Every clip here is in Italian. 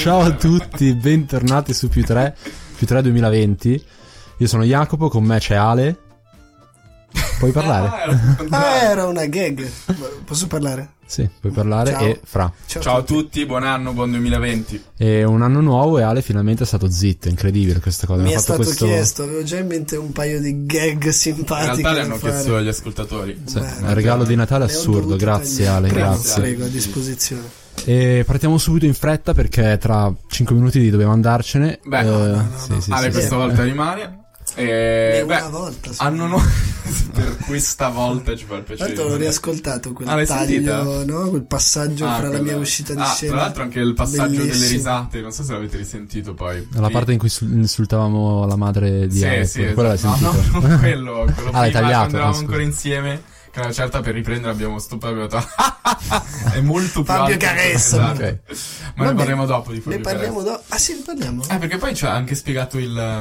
Ciao a tutti, bentornati su più 3 2020. Io sono Jacopo, con me c'è Ale. Puoi parlare? Era una gag. Posso parlare? Sì, puoi parlare. Ciao. E Fra. Ciao a tutti, buon anno, buon 2020. E un anno nuovo e Ale finalmente è stato zitto, incredibile questa cosa. Mi è stato chiesto, avevo già in mente un paio di gag simpatiche. In realtà le hanno chiesto agli ascoltatori. Sì, un regalo di Natale assurdo, grazie Ale, grazie. Prego, a disposizione. E partiamo subito in fretta perché tra 5 minuti dobbiamo andarcene. Beh, no. Sì, Ale questa volta rimane. Una volta hanno per questa volta ci fa il piacere. Tanto ho riascoltato quel l'hai taglio, sentita? No? Quel passaggio fra la mia uscita di scena. Tra l'altro anche il passaggio Bellissimo. delle risate, non so se l'avete risentito poi. La parte in cui insultavamo la madre di Ale. Sì, quella l'hai esatto. sentita? No, non quello l'hai prima, tagliato, quando eravamo ancora insieme. Che una certa per riprendere abbiamo stoppato è molto più Fabio alto. Caressa. Esatto. Ok. Ma ne parliamo dopo di Fabio Ne parliamo Caressa. dopo. Ah sì, ne parliamo. Perché poi ci ha anche spiegato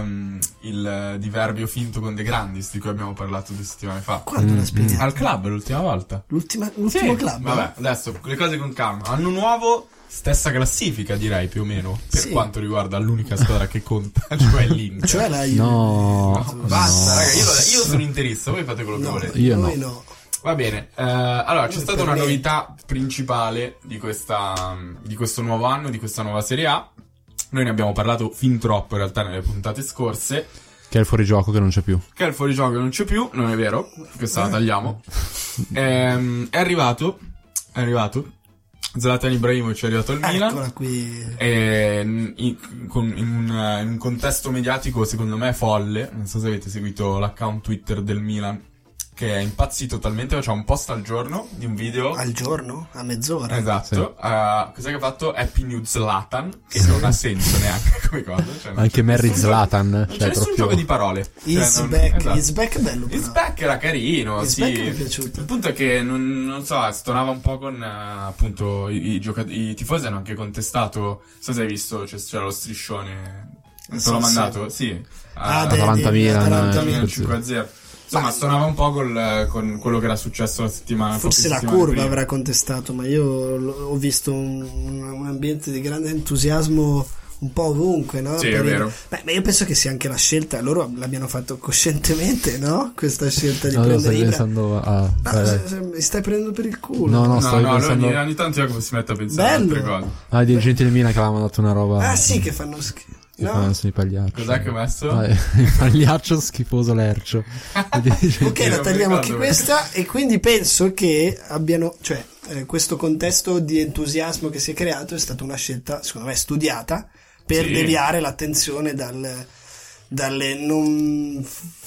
il diverbio finto con De Grandis di cui abbiamo parlato 2 settimane fa. Quando l'ha spiegato? Al club l'ultima volta. L'ultimo Sì. club? Vabbè, adesso le cose con calma. Anno nuovo, stessa classifica direi più o meno per Sì. quanto riguarda l'unica squadra che conta, cioè l'Inter. Cioè la Juve. No, Basta, no. raga, io sono interista, voi fate quello che No, volete. Io noi no. no. Va bene, allora c'è stata una per me. novità principale di questo nuovo anno, di questa nuova Serie A. Noi ne abbiamo parlato fin troppo in realtà nelle puntate scorse. Che è il fuorigioco che non c'è più. Che è il fuorigioco che non c'è più, non è vero, questa la tagliamo. È arrivato Zlatan Ibrahimovic, è arrivato al Milan. Eccola qui. In un contesto mediatico secondo me folle. Non so se avete seguito l'account Twitter del Milan, che è impazzito talmente, faceva un post al giorno di un video. Al giorno? A mezz'ora? Esatto. Cos'è che ha fatto? Happy New Zlatan, che non ha senso neanche come cosa. Cioè, non Anche c'è Mary nessun Zlatan. Non c'è Cioè, nessun proprio... gioco di parole. Is Cioè, back. esatto. Is back è bello però. Is back era carino, Is sì. back mi è piaciuto. Il punto è che non so, stonava un po' con appunto i tifosi hanno anche contestato. Non so se hai visto, c'era lo striscione. Te Sì, l'ho sì. mandato? Sì. Atalanta-Milan, Atalanta-Milan. 5-0. Insomma, stonava un po' con quello che era successo la settimana. Forse la poche settimane curva prima. avrà contestato, ma io ho visto un ambiente di grande entusiasmo un po' ovunque, no? Sì, è vero. Ma io penso che sia anche la scelta, loro l'abbiano fatto coscientemente, no? Questa scelta di No, prendere stai Ibra. pensando a... Mi stai prendendo per il culo. No, No, stavo pensando... ogni tanto Jacopo si mette a pensare a Bello. altre cose. I dirigenti del Milan che avevano dato una roba... Ah sì, che fanno schifo. Che No. fanno i pagliacci. Cos'è che ho messo? Il pagliaccio schifoso lercio. Ok, la non tagliamo mi anche ricordo. questa e quindi penso che abbiano, cioè questo contesto di entusiasmo che si è creato è stata una scelta secondo me studiata per Sì. deviare l'attenzione dalle non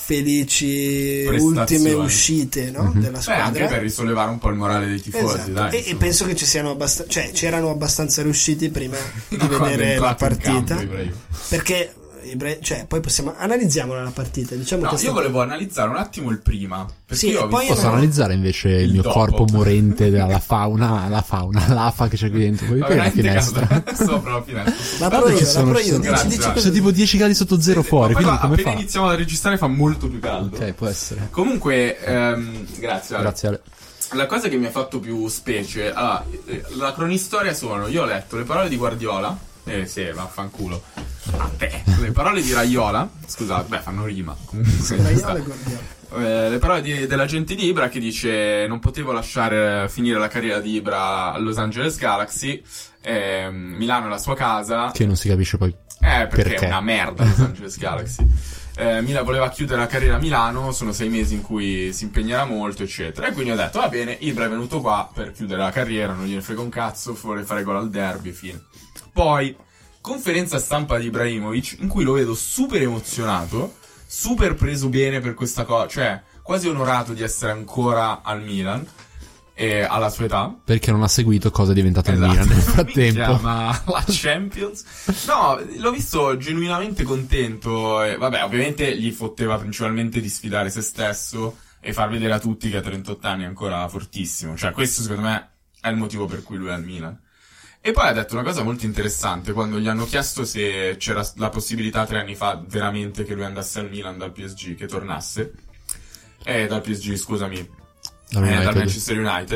felici Prestazioni. ultime uscite, no? della Beh, squadra. anche per risollevare un po' il morale dei tifosi, Esatto. dai. E insomma. penso che ci siano c'erano abbastanza riusciti prima di Quando è vedere la entrato in partita, campo, Ibrahim. perché cioè poi analizziamola la partita, diciamo No, che io volevo analizzare un attimo il prima. Perché Sì, io ho e poi visto... Posso analizzare invece il mio dopo. corpo morente dalla fauna, l'afa che c'è qui dentro. Puoi aprire la finestra? Sopra la finestra. l'apro ci io, sono- dici Grazie. dici Ci Ci sono tipo 10 gradi sotto zero fuori, Ma poi quindi come appena fa? iniziamo a registrare fa molto più caldo. Ok, può essere. Comunque, grazie. Ale. Grazie Ale. La cosa che mi ha fatto più specie, allora, la cronistoria sono, io ho letto le parole di Guardiola, sì, vaffanculo, a te, le parole di Raiola, scusate, beh, fanno rima, comunque, Raiola e Guardiola. le parole dell'agente di Ibra che dice non potevo lasciare finire la carriera di Ibra a Los Angeles Galaxy, Milano è la sua casa, Che non si capisce poi perché perché. è una merda Los Angeles Galaxy. Milan voleva chiudere la carriera a Milano, sono 6 mesi in cui si impegnerà molto, eccetera. E quindi ho detto, va bene, Ibra è venuto qua per chiudere la carriera, non gliene frega un cazzo, vuole fare gol al derby, fine. Poi, conferenza stampa di Ibrahimovic, in cui lo vedo super emozionato, super preso bene per questa cosa, cioè quasi onorato di essere ancora al Milan, alla sua età. Perché non ha seguito cosa è diventato il Esatto. Milan nel frattempo. Minchia, ma la Champions? No, l'ho visto genuinamente contento. E, vabbè, ovviamente gli fotteva principalmente di sfidare se stesso e far vedere a tutti che a 38 anni è ancora fortissimo. Cioè, questo secondo me è il motivo per cui lui è al Milan. E poi ha detto una cosa molto interessante quando gli hanno chiesto se c'era la possibilità 3 anni fa veramente che lui andasse al Milan dal PSG, che tornasse. Dal PSG, scusami. Dal Manchester United.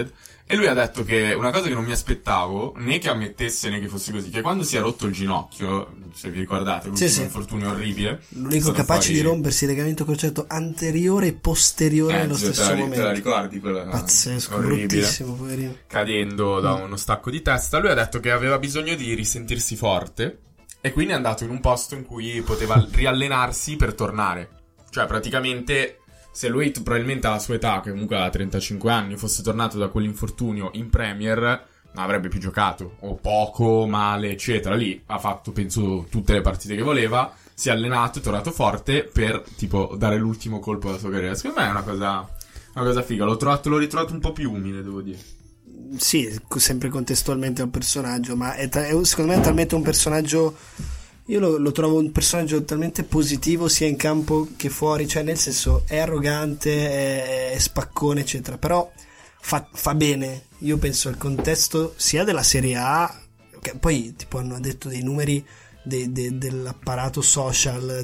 E lui ha detto che una cosa che non mi aspettavo, né che ammettesse né che fosse così, che quando si è rotto il ginocchio, se vi ricordate, l'ultimo infortunio orribile, l'unico capace di rompersi il legamento crociato anteriore e posteriore nello stesso momento. Te la ricordi quella? Pazzesco, orribile, bruttissimo, poverino. Cadendo da uno stacco di testa. Lui ha detto che aveva bisogno di risentirsi forte e quindi è andato in un posto in cui poteva riallenarsi per tornare. Cioè praticamente, se lui probabilmente alla sua età, che comunque ha 35 anni, fosse tornato da quell'infortunio in Premier, non avrebbe più giocato, o poco, male, eccetera. Lì ha fatto, penso, tutte le partite che voleva, si è allenato, è tornato forte per, tipo, dare l'ultimo colpo alla sua carriera. Secondo me è una cosa figa. L'ho ritrovato un po' più umile, devo dire. Sì, sempre contestualmente al personaggio, ma secondo me è talmente un personaggio... Io lo trovo un personaggio talmente positivo sia in campo che fuori, cioè nel senso è arrogante, è spaccone eccetera, però fa bene. Io penso al contesto sia della Serie A, che poi tipo hanno detto dei numeri dell'apparato social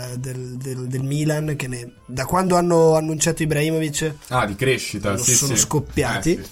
del Milan che da quando hanno annunciato Ibrahimovic di crescita sono scoppiati. Sì.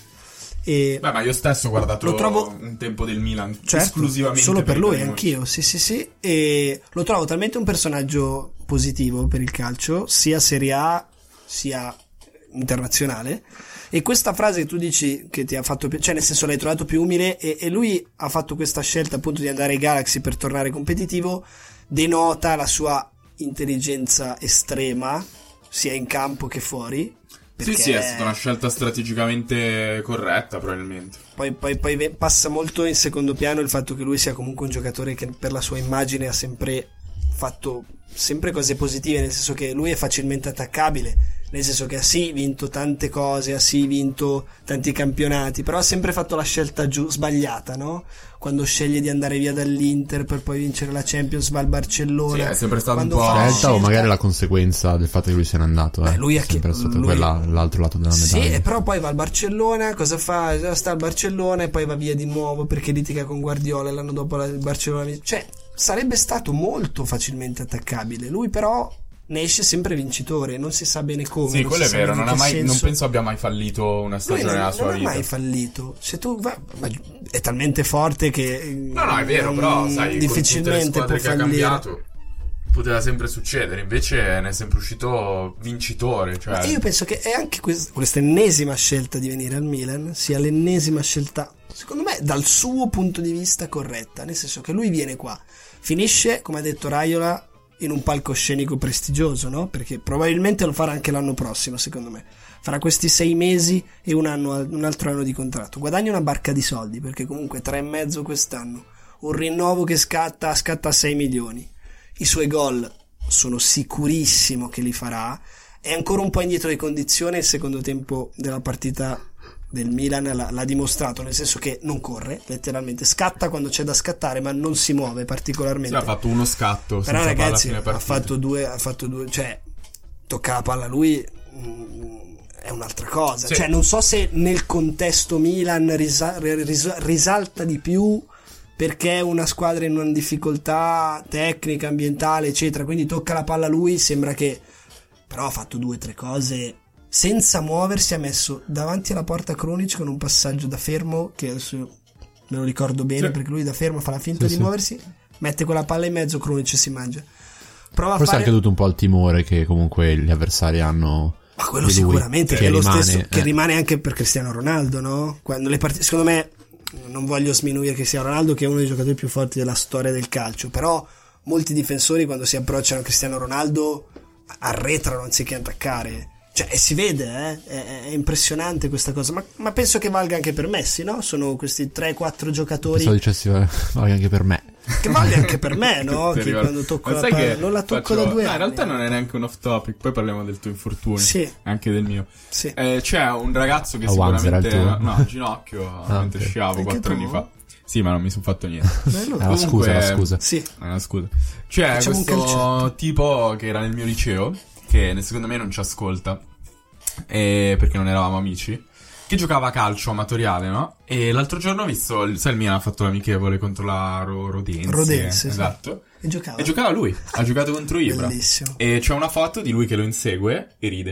Ma io stesso ho guardato un tempo del Milan, certo, esclusivamente solo per lui, anch'io, sì, e lo trovo talmente un personaggio positivo per il calcio, sia Serie A sia internazionale. E questa frase che tu dici che ti ha fatto, cioè nel senso l'hai trovato più umile, e lui ha fatto questa scelta appunto di andare ai Galaxy per tornare competitivo, denota la sua intelligenza estrema sia in campo che fuori. Sì, è stata una scelta strategicamente corretta, probabilmente. Poi passa molto in secondo piano il fatto che lui sia comunque un giocatore che per la sua immagine ha sempre fatto cose positive, nel senso che lui è facilmente attaccabile, nel senso che ha sì vinto tante cose, ha sì vinto tanti campionati, però ha sempre fatto la scelta sbagliata, no? Quando sceglie di andare via dall'Inter per poi vincere la Champions, va al Barcellona. Sì, è sempre stato quando un po' scelta o magari la conseguenza del fatto che lui sia andato. Lui è sempre stato l'altro lato della medaglia. Sì, e però poi va al Barcellona, cosa fa? Sta al Barcellona e poi va via di nuovo perché litiga con Guardiola, l'anno dopo il Barcellona. Cioè, sarebbe stato molto facilmente attaccabile. Lui però ne esce sempre vincitore, non si sa bene come. Sì, quello è vero, non penso abbia mai fallito una stagione nella sua vita. Non ha mai fallito. Se tu è talmente forte che No, è vero, però sai, difficilmente con tutte le squadre può che fallire. Ha cambiato poteva sempre succedere, invece ne è sempre uscito vincitore, cioè. E io penso che è anche questa ennesima scelta di venire al Milan sia l'ennesima scelta, secondo me, dal suo punto di vista corretta, nel senso che lui viene qua, finisce, come ha detto Raiola, in un palcoscenico prestigioso, no? Perché probabilmente lo farà anche l'anno prossimo, secondo me. Farà questi 6 mesi e un altro anno di contratto. Guadagna una barca di soldi, perché comunque 3,5 quest'anno. Un rinnovo che scatta a 6 milioni. I suoi gol sono sicurissimo che li farà. È ancora un po' indietro di condizione. Il secondo tempo della partita del Milan l'ha dimostrato, nel senso che non corre, letteralmente scatta quando c'è da scattare, ma non si muove particolarmente. Sì, ha fatto uno scatto, però ragazzi ha fatto due, cioè tocca la palla a lui, è un'altra cosa, sì. Cioè non so se nel contesto Milan risalta di più perché è una squadra in una difficoltà tecnica, ambientale eccetera, quindi tocca la palla a lui, sembra che però ha fatto 2 o 3 cose senza muoversi, ha messo davanti alla porta Krunic con un passaggio da fermo, che adesso me lo ricordo bene, sì. Perché lui da fermo fa la finta di muoversi, mette quella palla in mezzo, Krunic si mangia. Prova forse è anche dovuto un po' al timore che comunque gli avversari hanno. Ma quello sicuramente, che è lo stesso che rimane anche per Cristiano Ronaldo, no? Quando le partite, secondo me, non voglio sminuire Cristiano Ronaldo, che è uno dei giocatori più forti della storia del calcio, però molti difensori quando si approcciano a Cristiano Ronaldo arretrano anziché attaccare. Cioè, si vede, è impressionante questa cosa, ma penso che valga anche per Messi, no? Sono questi 3-4 giocatori. Pensavo dicessi valga anche per me. Che valga anche per me, no? Che quando tocco la palla, non la tocco da 2 anni. In realtà non è neanche un off topic, poi parliamo del tuo infortunio. Sì. Anche del mio. Sì. C'è un ragazzo che sicuramente. No, ginocchio, mentre sciavo 4 anni fa. Sì, ma non mi sono fatto niente. La scusa. Sì. Una scusa. C'è questo tipo che era nel mio liceo, che secondo me non ci ascolta, perché non eravamo amici, che giocava a calcio amatoriale, no? E l'altro giorno ho visto, sai, il Milan ha fatto l'amichevole contro la Rodense, esatto. Sì. E giocava lui, ha giocato contro Ibra. Bellissimo. E c'è una foto di lui che lo insegue e ride.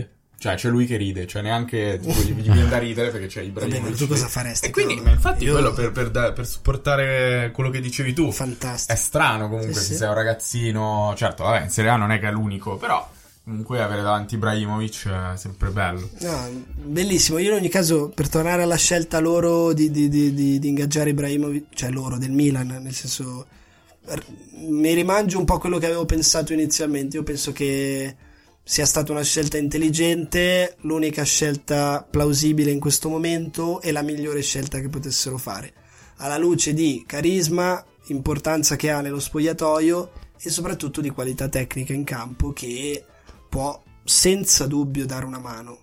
Cioè c'è lui che ride, cioè neanche tipo, gli viene da ridere perché c'è Ibrahimovic. Vabbè, ma tu cosa faresti? E quindi, ma infatti quello per supportare quello che dicevi tu. Fantastico. È strano comunque se sei un ragazzino, certo, vabbè, in Serie A non è che è l'unico, però comunque avere davanti Ibrahimovic è sempre bello. No, bellissimo. Io in ogni caso, per tornare alla scelta loro di ingaggiare Ibrahimovic, cioè loro del Milan, nel senso, mi rimangio un po' quello che avevo pensato inizialmente. Io penso che sia stata una scelta intelligente, l'unica scelta plausibile in questo momento e la migliore scelta che potessero fare, alla luce di carisma, importanza che ha nello spogliatoio e soprattutto di qualità tecnica in campo, che può senza dubbio dare una mano.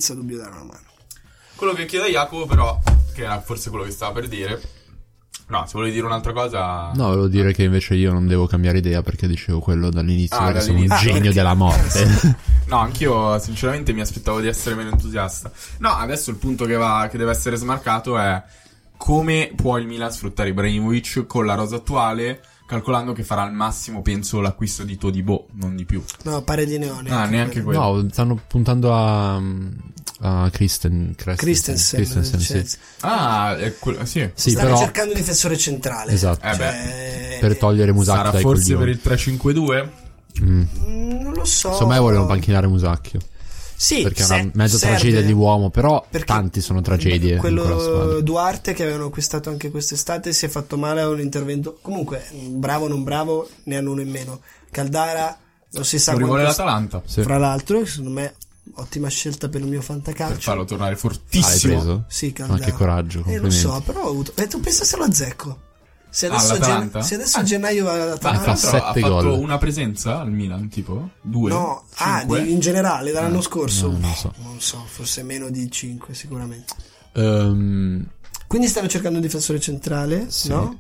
Quello che chiede Jacopo però, che era forse quello che stava per dire, no, se volevi dire un'altra cosa... No, volevo dire che invece io non devo cambiare idea perché dicevo quello dall'inizio, perché sono un dall'inizio. genio della morte. No, anch'io sinceramente mi aspettavo di essere meno entusiasta. No, adesso il punto che deve essere smarcato è come può il Milan sfruttare Ibrahimovic con la rosa attuale, calcolando che farà al massimo, penso, l'acquisto di Todibo, non di più. No, pare di neone. Ah, neanche quello. No, stanno puntando a Christensen. Sì. Ah, è sì. Sì, stanno però cercando un difensore centrale. esatto. Cioè, Per togliere Musacchio Sarà dai forse coglioni. per il 3-5-2? non lo so. Secondo me vogliono panchinare Musacchio. Sì, Perché è una mezza serve. tragedia di uomo, però Perché tanti sono tragedie in quella quello squadra. Duarte che avevano acquistato anche quest'estate si è fatto male a un intervento. Comunque, bravo o non bravo, ne hanno uno in meno. Caldara non si sa Non rivuole quanto l'Atalanta. Sì. fra l'altro, secondo me ottima scelta per il mio Per fantacalcio. farlo tornare L'hai fortissimo. preso? Sì, Caldara. Ma che coraggio, Lo complimenti. so, però ho avuto. Tu pensa se lo azzecco. Se adesso, l'Atalanta? se adesso a gennaio va Ma all'Atalanta. tra l'altro ha 7 fatto gol. una presenza al Milan, tipo? 2? No, 5? in generale dall'anno scorso. no, non so. Non so, forse meno di 5 sicuramente. E Quindi stanno cercando un difensore centrale, Sì. no?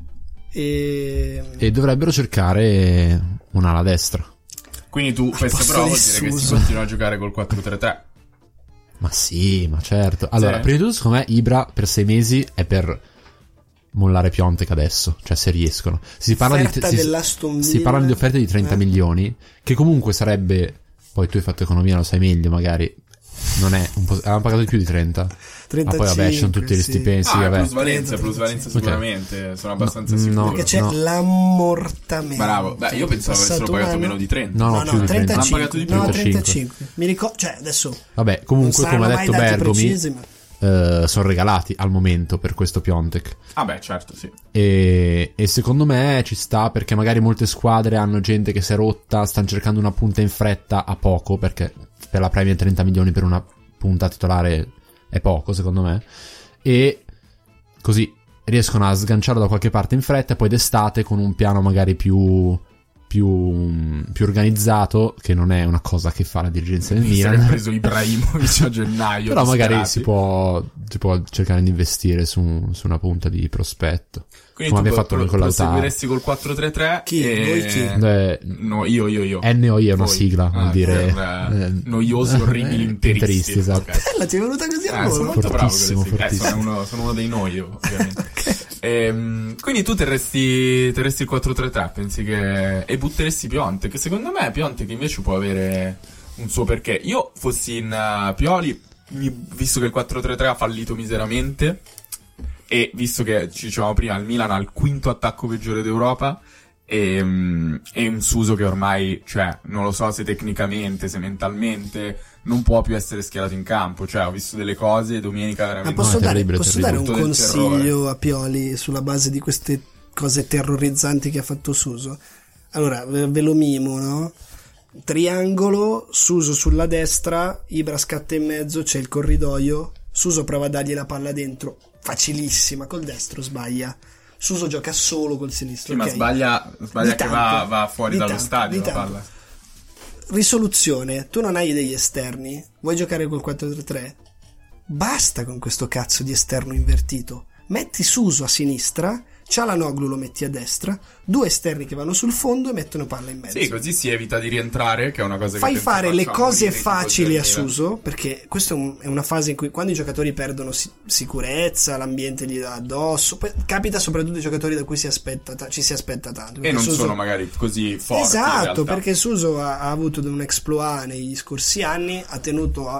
E dovrebbero cercare un'ala destra. Quindi tu, questo posto però di vuol dire che si Suso. continua a giocare col 4-3-3. Ma sì, ma certo. Allora, Sì. prima di tutto, secondo me Ibra per 6 mesi è per mollare Piontek adesso, cioè se riescono. Si parla Offerta dell'Aston si Villa. parlano di offerte di 30 milioni, che comunque sarebbe, poi tu hai fatto economia, lo sai meglio magari, non è un po', avevano pagato di più di 30. Ma 35, poi vabbè, ci sono tutti gli sì. stipendi, vabbè. Plusvalenza 30. sicuramente, sono abbastanza No, sicuro. no. Perché c'è No. l'ammortamento. Bravo, beh, io pensavo avessero Passato pagato un meno anno. di 30. No, più di 30. Hanno pagato di più. 35. Mi ricordo, cioè adesso Vabbè, non comunque saranno come ha mai detto dati Bergomi, precisi, ma sono regalati al momento per questo Piontek. Ah beh, certo, sì. E secondo me ci sta, perché magari molte squadre hanno gente che si è rotta, stanno cercando una punta in fretta a poco, perché per la Premier 30 milioni per una punta titolare è poco secondo me, e così riescono a sganciarlo da qualche parte in fretta e poi d'estate con un piano magari più organizzato, che non è una cosa che fa la dirigenza del Si è Milan. preso Ibrahimovic a gennaio. Però magari disperati. si può cercare di investire su una punta di prospetto. Quindi come tu abbiamo fatto noi con Lautaro. proseguiresti col 4-3-3 Chi? Voi chi? No, io. NOI è una Voi. sigla, vuol dire per, noiosi, orribili, interisti. esatto. Ok. bella, ti è venuta così a Sono volo. molto bravo con le Fortissimo, sigle. fortissimo. Sono uno dei noi, io, ovviamente. Quindi tu terresti il 4-3-3, pensi che... E butteresti Piontek, che secondo me Piontek invece può avere un suo perché. Io fossi in Pioli, visto che il 4-3-3 ha fallito miseramente, e visto che ci dicevamo prima, il Milan ha il quinto attacco peggiore d'Europa, e un Suso che ormai, cioè, non lo so se tecnicamente, se mentalmente non può più essere schierato in campo. Cioè, ho visto delle cose domenica Ma veramente... posso è dare terribile, un terribile. Tutto del consiglio a Pioli sulla base di queste cose terrorizzanti che ha fatto Suso? Allora, ve lo mimo, no? Triangolo, Suso sulla destra, Ibra scatta in mezzo, c'è il corridoio, Suso prova a dargli la palla dentro, facilissima, col destro sbaglia. Suso gioca solo col sinistro. Sì, ma ok? sbaglia Di che tanto, va fuori di dallo tanto, stadio di la tanto. palla. Risoluzione, tu non hai degli esterni, vuoi giocare col 4-3-3? Basta con questo cazzo di esterno invertito. Metti Suso a sinistra, Çalhanoğlu lo metti a destra, due esterni che vanno sul fondo e mettono palla in mezzo. Sì, così si evita di rientrare, che è una cosa Fai che fare le cose facili facili a Suso, perché questa è una fase in cui quando i giocatori perdono sicurezza, l'ambiente gli dà addosso, poi capita soprattutto ai giocatori da cui ci si aspetta tanto. E perché non Suso- sono magari così forti in Esatto, realtà. perché Suso ha avuto un exploit negli scorsi anni, ha tenuto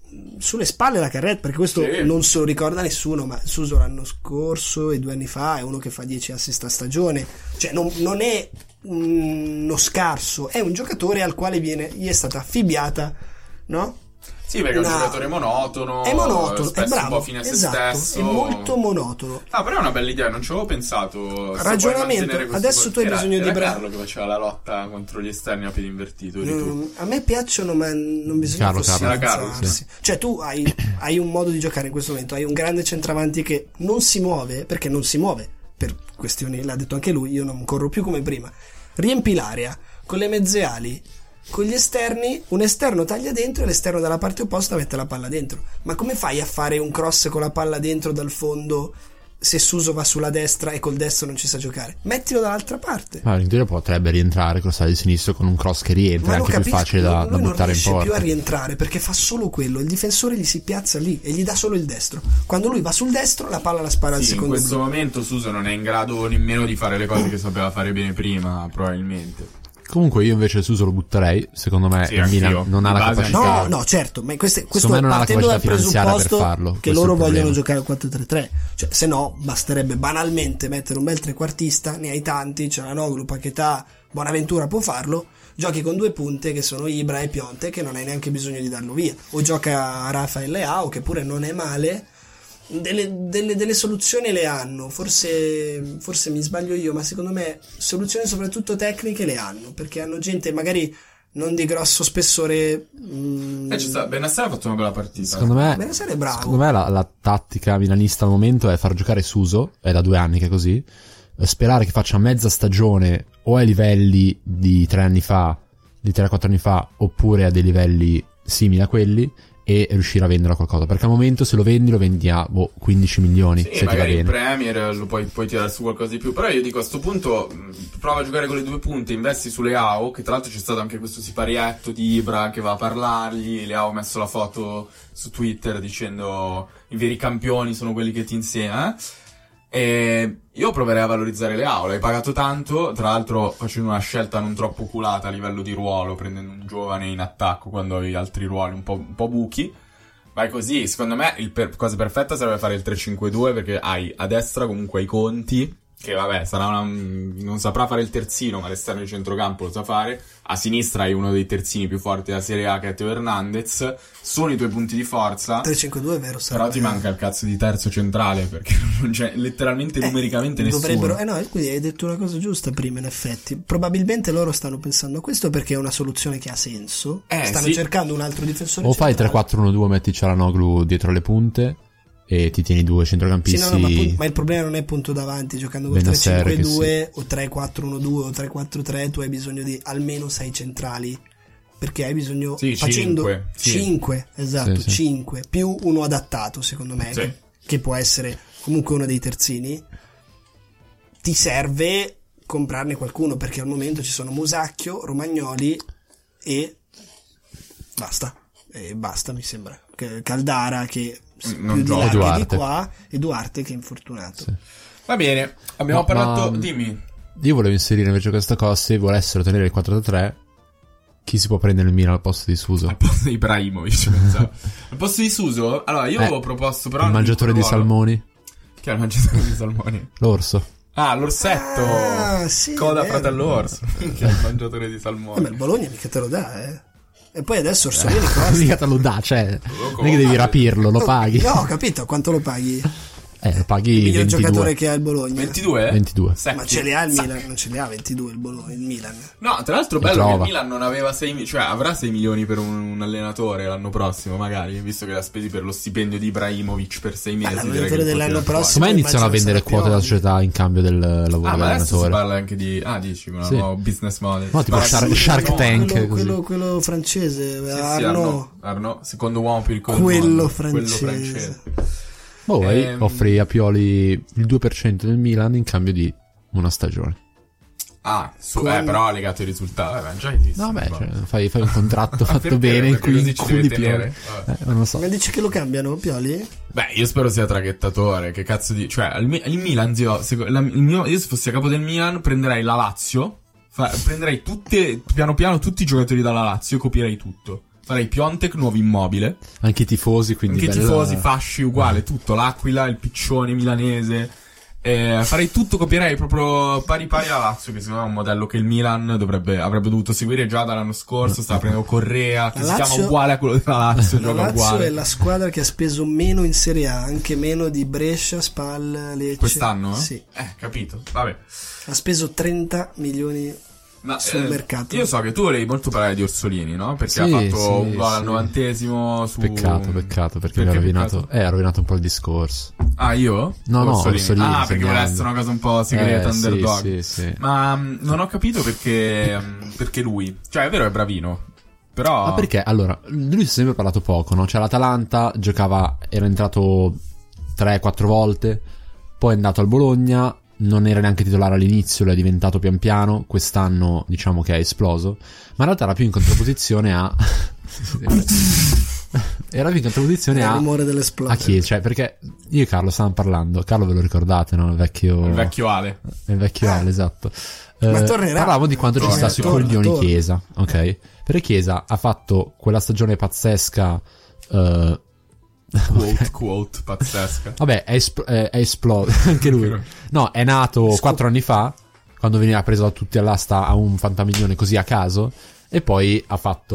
sulle spalle la carretta, perché questo non se lo ricorda nessuno, ma Suso l'anno scorso e 2 anni fa è uno che fa 10 assist a stagione, cioè non è uno scarso, è un giocatore al quale gli è stata affibbiata, no? Sì, perché è un giocatore monotono, è spesso bravo, un po' fine a se stesso. È molto monotono. Ah, però è una bella idea, non ci avevo pensato. Ragionamento, adesso tu hai bisogno di Carlo che faceva la lotta contro gli esterni a piedi invertito. A me piacciono, ma non bisogna Carlo, sì. Cioè tu hai un modo di giocare in questo momento, hai un grande centravanti che non si muove, perché non si muove per questioni, l'ha detto anche lui, io non corro più come prima. Riempi l'area con le mezze ali, con gli esterni, un esterno taglia dentro e l'esterno dalla parte opposta mette la palla dentro. Ma come fai a fare un cross con la palla dentro dal fondo se Suso va sulla destra e col destro non ci sa giocare? Mettilo dall'altra parte. Ma in teoria potrebbe rientrare crossare di sinistro con un cross che rientra, è anche più facile da buttare in porta. Non riesce più a rientrare perché fa solo quello, il difensore gli si piazza lì e gli dà solo il destro. Quando lui va sul destro la palla la spara al secondo. In questo momento Suso non è in grado nemmeno di fare le cose che sapeva fare bene prima, probabilmente. Comunque io invece Suso lo butterei, secondo me il Milan non ha la capacità. No, certo, ma questo me non ha la partendo capacità dal finanziaria per presupposto farlo, che loro vogliono giocare al 4-3-3, cioè se no basterebbe banalmente mettere un bel trequartista, ne hai tanti, c'è la Noglu, Paquetá, Bonaventura può farlo, giochi con 2 punte che sono Ibra e Piontek che non hai neanche bisogno di darlo via, o gioca Rafael Leao che pure non è male. Delle soluzioni le hanno, forse mi sbaglio io, ma secondo me soluzioni soprattutto tecniche le hanno, perché hanno gente magari non di grosso spessore. Bennassare ha fatto una bella partita. Secondo me Bennassare è bravo. Secondo me la tattica milanista al momento è far giocare Suso, è da 2 anni che è così, sperare che faccia mezza stagione o ai livelli di 3 anni fa, di 3-4 anni fa, oppure a dei livelli simili a quelli, e riuscire a vendere qualcosa, perché al momento se lo vendi a 15 milioni, sì, se ti va bene. Il Premier lo puoi tirare su qualcosa di più, però io dico a sto punto prova a giocare con le 2 punte, investi su Leao, che tra l'altro c'è stato anche questo siparietto di Ibra che va a parlargli, Leao ha messo la foto su Twitter dicendo i veri campioni sono quelli che ti insegnano, e io proverei a valorizzare Leao, l'hai pagato tanto, tra l'altro facendo una scelta non troppo oculata a livello di ruolo, prendendo un giovane in attacco quando avevi altri ruoli un po' buchi. Vai così, secondo me cosa perfetta sarebbe fare il 3-5-2, perché hai a destra comunque i Conti, che vabbè non saprà fare il terzino, ma l'esterno di centrocampo lo sa fare. A sinistra hai uno dei terzini più forti della Serie A che è Teo Hernandez, sono i tuoi punti di forza. 3-5-2 è vero, però ti manca il cazzo di terzo centrale, perché non c'è letteralmente numericamente nessuno. Quindi hai detto una cosa giusta prima, in effetti probabilmente loro stanno pensando a questo perché è una soluzione che ha senso, stanno cercando un altro difensore o fai 3-4-1-2, metti Cialanoglu dietro le punte e ti tieni 2 centrocampisti. Sì, ma il problema non è punto davanti, giocando con 3-5-2 o 3-4-1-2 o 3-4-3 tu hai bisogno di almeno 6 centrali, perché hai bisogno facendo 5, esatto, 5 più uno adattato, secondo me, che può essere comunque uno dei terzini. Ti serve comprarne qualcuno, perché al momento ci sono Musacchio, Romagnoli e basta mi sembra, Caldara che non gioca, di qua, e Duarte che è infortunato. Va bene, abbiamo parlato. Dimmi. Io volevo inserire invece questa cosa: se volessero tenere il 4-3, chi si può prendere il Milan al posto di Suso? Al posto di Ibrahimovic, pensavo. Al posto di Suso? Allora, io avevo proposto però il mangiatore di salmoni. Chi è il mangiatore di salmoni? L'orso. Ah, l'orsetto. Sì, Coda fratello orso. Chi è il mangiatore di salmoni? Ma il Bologna mica te lo dà, E poi adesso Orsolini costa. Mica te lo dà, cioè non è che devi rapirlo, lo paghi. No, ho capito, quanto lo paghi? Lo paghi il miglior 22. Giocatore che ha il Bologna. 22? 22. Ma ce li ha il Milan? Non ce li ha 22 il Milan. No, tra l'altro bello che il Milan non aveva 6 cioè avrà 6 milioni per un allenatore l'anno prossimo, magari, visto che l'ha spesi per lo stipendio di Ibrahimovic per 6 mesi. L'allenatore dell'anno prossimo. Ma iniziano a vendere quote della società in cambio del lavoro dell'allenatore. Si parla anche di dici un nuovo business model. No, tipo Shark Tank, quello francese, Arnaud, secondo uomo più ricco quello francese. Offri a Pioli il 2% del Milan in cambio di una stagione. Però legato ai risultati, già esiste. No, fai un contratto fatto bene in cui includi Pioli. Non lo so. Ma dici che lo cambiano Pioli? Beh, io spero sia traghettatore. Che cazzo di. Cioè, il Milan, io se fossi a capo del Milan, prenderei la Lazio. Prenderei piano piano tutti i giocatori dalla Lazio e copierei tutto. farei Piontek nuovo Immobile, Anche i tifosi, quindi anche i bella- tifosi, fasci uguale, tutto, l'Aquila, il piccione milanese. Farei tutto, copierei proprio pari pari alla Lazio, che secondo me è un modello che il Milan avrebbe dovuto seguire già dall'anno scorso. Stava prendendo Correa, che La si chiama Lazio- uguale a quello della Lazio, La gioca Lazio uguale. è la squadra che ha speso meno in Serie A, anche meno di Brescia, Spal, Lecce. Quest'anno? Sì. Capito, vabbè. Ha speso 30 milioni Ma, sul mercato. Io so che tu volevi molto parlare di Orsolini, no? Perché Sì, ha fatto sì, un gol al sì. 90esimo su... Peccato, perché mi ha rovinato, ha rovinato un po' il discorso. Ah, io? No, Orsolini, Ah, perché segnando. voleva essere una cosa un po' segreta, Sì, underdog. sì. Ma non ho capito perché lui. Cioè, è vero, è bravino. Però... Ma perché? Allora, lui si è sempre parlato poco, no? Cioè l'Atalanta era entrato 3-4 volte, poi è andato al Bologna, non era neanche titolare all'inizio, lo è diventato pian piano, quest'anno diciamo che è esploso, ma in realtà era più in contrapposizione a... era più in contrapposizione il a... rumore a dell'esplosione. chi? Cioè, perché io e Carlo stavamo parlando, Carlo ve lo ricordate, no? Il vecchio Ale. il vecchio Ale, esatto. Ma tornerà. Parlavamo di quanto ci sta sui coglioni torna. Chiesa, ok? Perché Chiesa ha fatto quella stagione pazzesca. Quote, pazzesca. Vabbè, è esploso anche lui. No, è nato 4 anni fa, quando veniva preso da tutti all'asta a un fantamilione così a caso, e poi è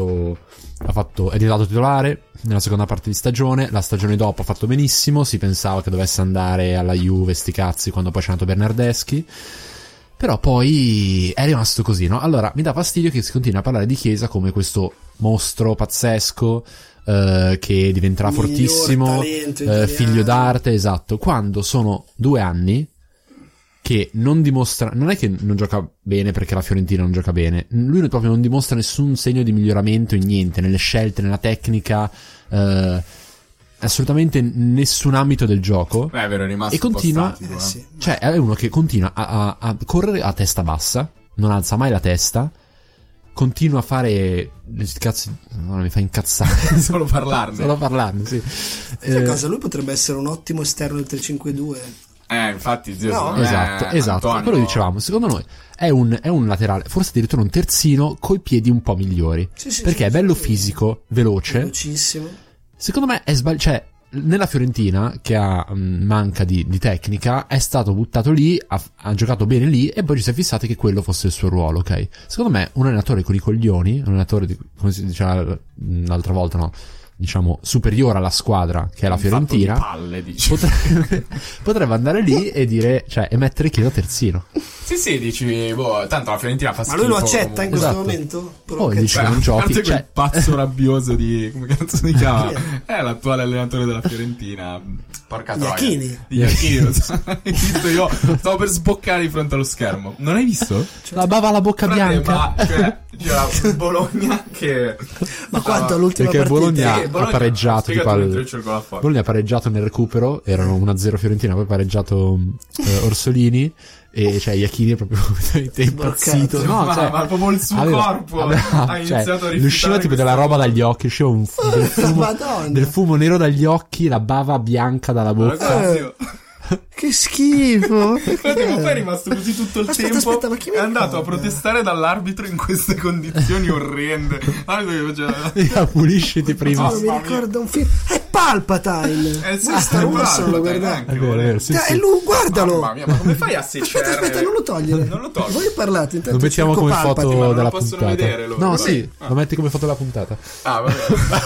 diventato titolare nella seconda parte di stagione. La stagione dopo ha fatto benissimo, si pensava che dovesse andare alla Juve, sti cazzi, quando poi c'è nato Bernardeschi. Però poi è rimasto così, no? Allora, mi dà fastidio che si continui a parlare di Chiesa come questo mostro pazzesco, che diventerà Miglior fortissimo, talento italiano. figlio d'arte, esatto, quando sono 2 anni che non dimostra, non è che non gioca bene perché la Fiorentina non gioca bene, lui proprio non dimostra nessun segno di miglioramento in niente, nelle scelte, nella tecnica, assolutamente nessun ambito del gioco. È vero, è rimasto E continua, un po' statico, sì. cioè è uno che continua a correre a testa bassa, non alza mai la testa, continua a fare cazzo, no, mi fa incazzare Solo parlarne. solo parlarne, sì. Sai cosa? Lui potrebbe essere un ottimo esterno del 3-5-2. Infatti, zio, No, secondo me Esatto, Antonio- quello dicevamo, secondo noi è un laterale, forse addirittura un terzino coi piedi un po' migliori, Sì, perché sì, è bello sì. fisico, veloce. Velocissimo. Secondo me è sbagliato, cioè nella Fiorentina, che ha manca di tecnica, è stato buttato lì, ha giocato bene lì e poi ci si è fissati che quello fosse il suo ruolo, ok? Secondo me un allenatore con i coglioni, un allenatore come si diceva l'altra volta, no? Diciamo superiore alla squadra che è la Un fatto Fiorentina, di palle, dici. potrebbe andare lì e dire, cioè, e mettere Chiesa terzino. Sì, dici, tanto la Fiorentina fa Ma schifo. lui lo accetta in comunque. questo Esatto. momento? Poi Però dice che- che non A giochi, parte quel cioè, pazzo rabbioso di... come cazzo si chiama? È l'attuale allenatore della Fiorentina. Porca troia. Iachini. Di Iachini, lo so. Hai visto, io stavo per sboccare di fronte allo schermo. Non hai visto? la bava alla bocca Frate, bianca. ma, cioè, c'era il Bologna che... Ma quanto all'ultima Perché partita? Bologna Sì, ha pareggiato, spiega tipo tu al- mentre io cerco la foto. Bologna ha pareggiato nel recupero, erano 1-0 Fiorentina, poi ha pareggiato Orsolini, e cioè Iachini è proprio veramente impazzito. No, ma, cioè, ma proprio il suo corpo ha cioè, iniziato a rifiutare gli usciva tipo della roba dagli occhi, usciva Madonna. del fumo nero dagli occhi, la bava bianca dalla bocca. Ragazzi, Che schifo. Infatti, ma poi è rimasto così tutto il Aspetta, tempo. aspetta, ma chi mi è andato a parla? protestare dall'arbitro in queste condizioni orrende. L'arbitro che faceva... Pulisciti prima. Non mi ricordo un film. È Palpatine. Eh sì, Voi Star è Wars non lo Palpatine, guardate. anche, È vero, sì, Dai, sì. è lui, guardalo. Mamma mia, ma come fai a Aspetta, secernere? non lo togliere. Non lo tolgo. Voi parlate, intanto Lo mettiamo cerco come Palpatine, foto ma non della lo possono puntata. vedere loro. No, Vabbè. sì, lo metti come foto della puntata. Ah, vabbè.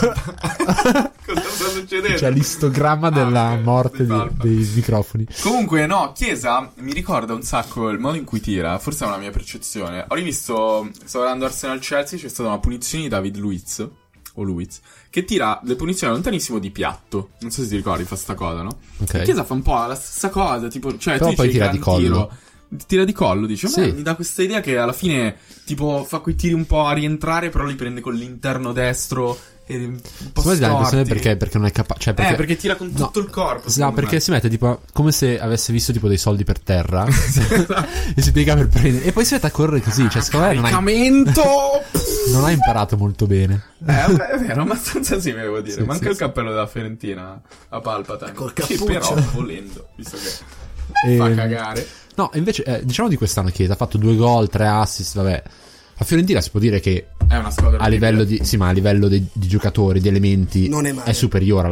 Cosa sta succedendo? C'è l'istogramma della ok, morte di Palpa. dei microfoni. Comunque, no, Chiesa mi ricorda un sacco il modo in cui tira. Forse è una mia percezione. Ho rivisto, stavo guardando Arsenal-Chelsea, c'è stata una punizione di David Luiz, o Luiz, che tira le punizioni lontanissimo di piatto. Non so se ti ricordi, fa sta cosa, no? Ok. E Chiesa fa un po' la stessa cosa, tipo, cioè, Però tu poi dici tira gran di collo. tiro, tira di collo, dice, Sì. mi dà questa idea che alla fine, tipo, fa quei tiri un po' a rientrare, però li prende con l'interno destro e un po' Secondo me dà l'impressione storti. perché non è capace. Cioè Perché tira con no, tutto il corpo. No, secondo perché me. si mette tipo come se avesse visto tipo dei soldi per terra e si piega per prendere. E poi si mette a correre così. Cioè, secondo me Caricamento! non ha imparato molto bene. Vabbè, è vero, abbastanza sì, devo dire. Sì, Manca sì, il cappello della Fiorentina a Palpatine. Col Che cappuccio. però, volendo, visto che E, fa cagare. No, invece, diciamo di quest'anno Chiesa ha fatto 2 gol, 3 assist, vabbè. La Fiorentina si può dire che È una squadra a livello di sì, ma a livello di giocatori, di elementi Non è male. superiore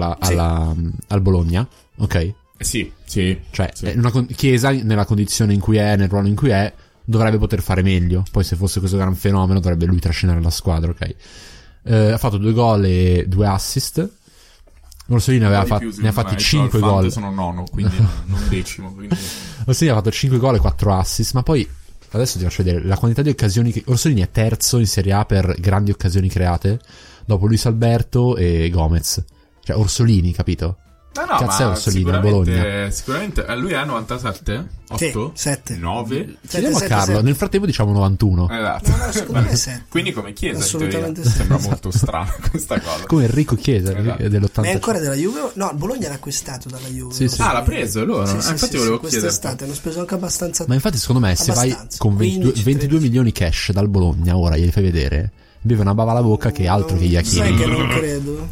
al Bologna, ok? Sì. Cioè, Sì. è Chiesa nella condizione in cui è, nel ruolo in cui è, dovrebbe poter fare meglio. Poi se fosse questo gran fenomeno dovrebbe lui trascinare la squadra, ok? Ha fatto 2 gol e 2 assist. Orsolini ne ha fatti 5 gol. Sono nono, quindi non decimo. Quindi... Orsolini ha fatto 5 gol e 4 assist, ma poi adesso ti faccio vedere la quantità di occasioni che Orsolini è terzo in Serie A per grandi occasioni create dopo Luis Alberto e Gomez. Cioè Orsolini, capito? No, Cazzo è ma Orsolini a Bologna? sicuramente lui è 97? 8? 7. 9? Chiediamo a Carlo, nel frattempo diciamo 91. Esatto. No, secondo me è 7. Quindi come Chiesa, Assolutamente in teoria. sì. Sembra molto strana questa cosa. Come Enrico Chiesa Esatto. dell'80. Ma è ancora della Juve? No, il Bologna l'ha acquistato dalla Juve. Sì, sì. Ah, l'ha preso loro? Sì, Infatti volevo chiedere. quest'estate hanno speso anche abbastanza. Ma infatti secondo me se vai Abbastanza. con 22 15, milioni cash dal Bologna, ora glieli fai vedere, beve una bava alla bocca che altro che gli Sai che Iachini. non credo.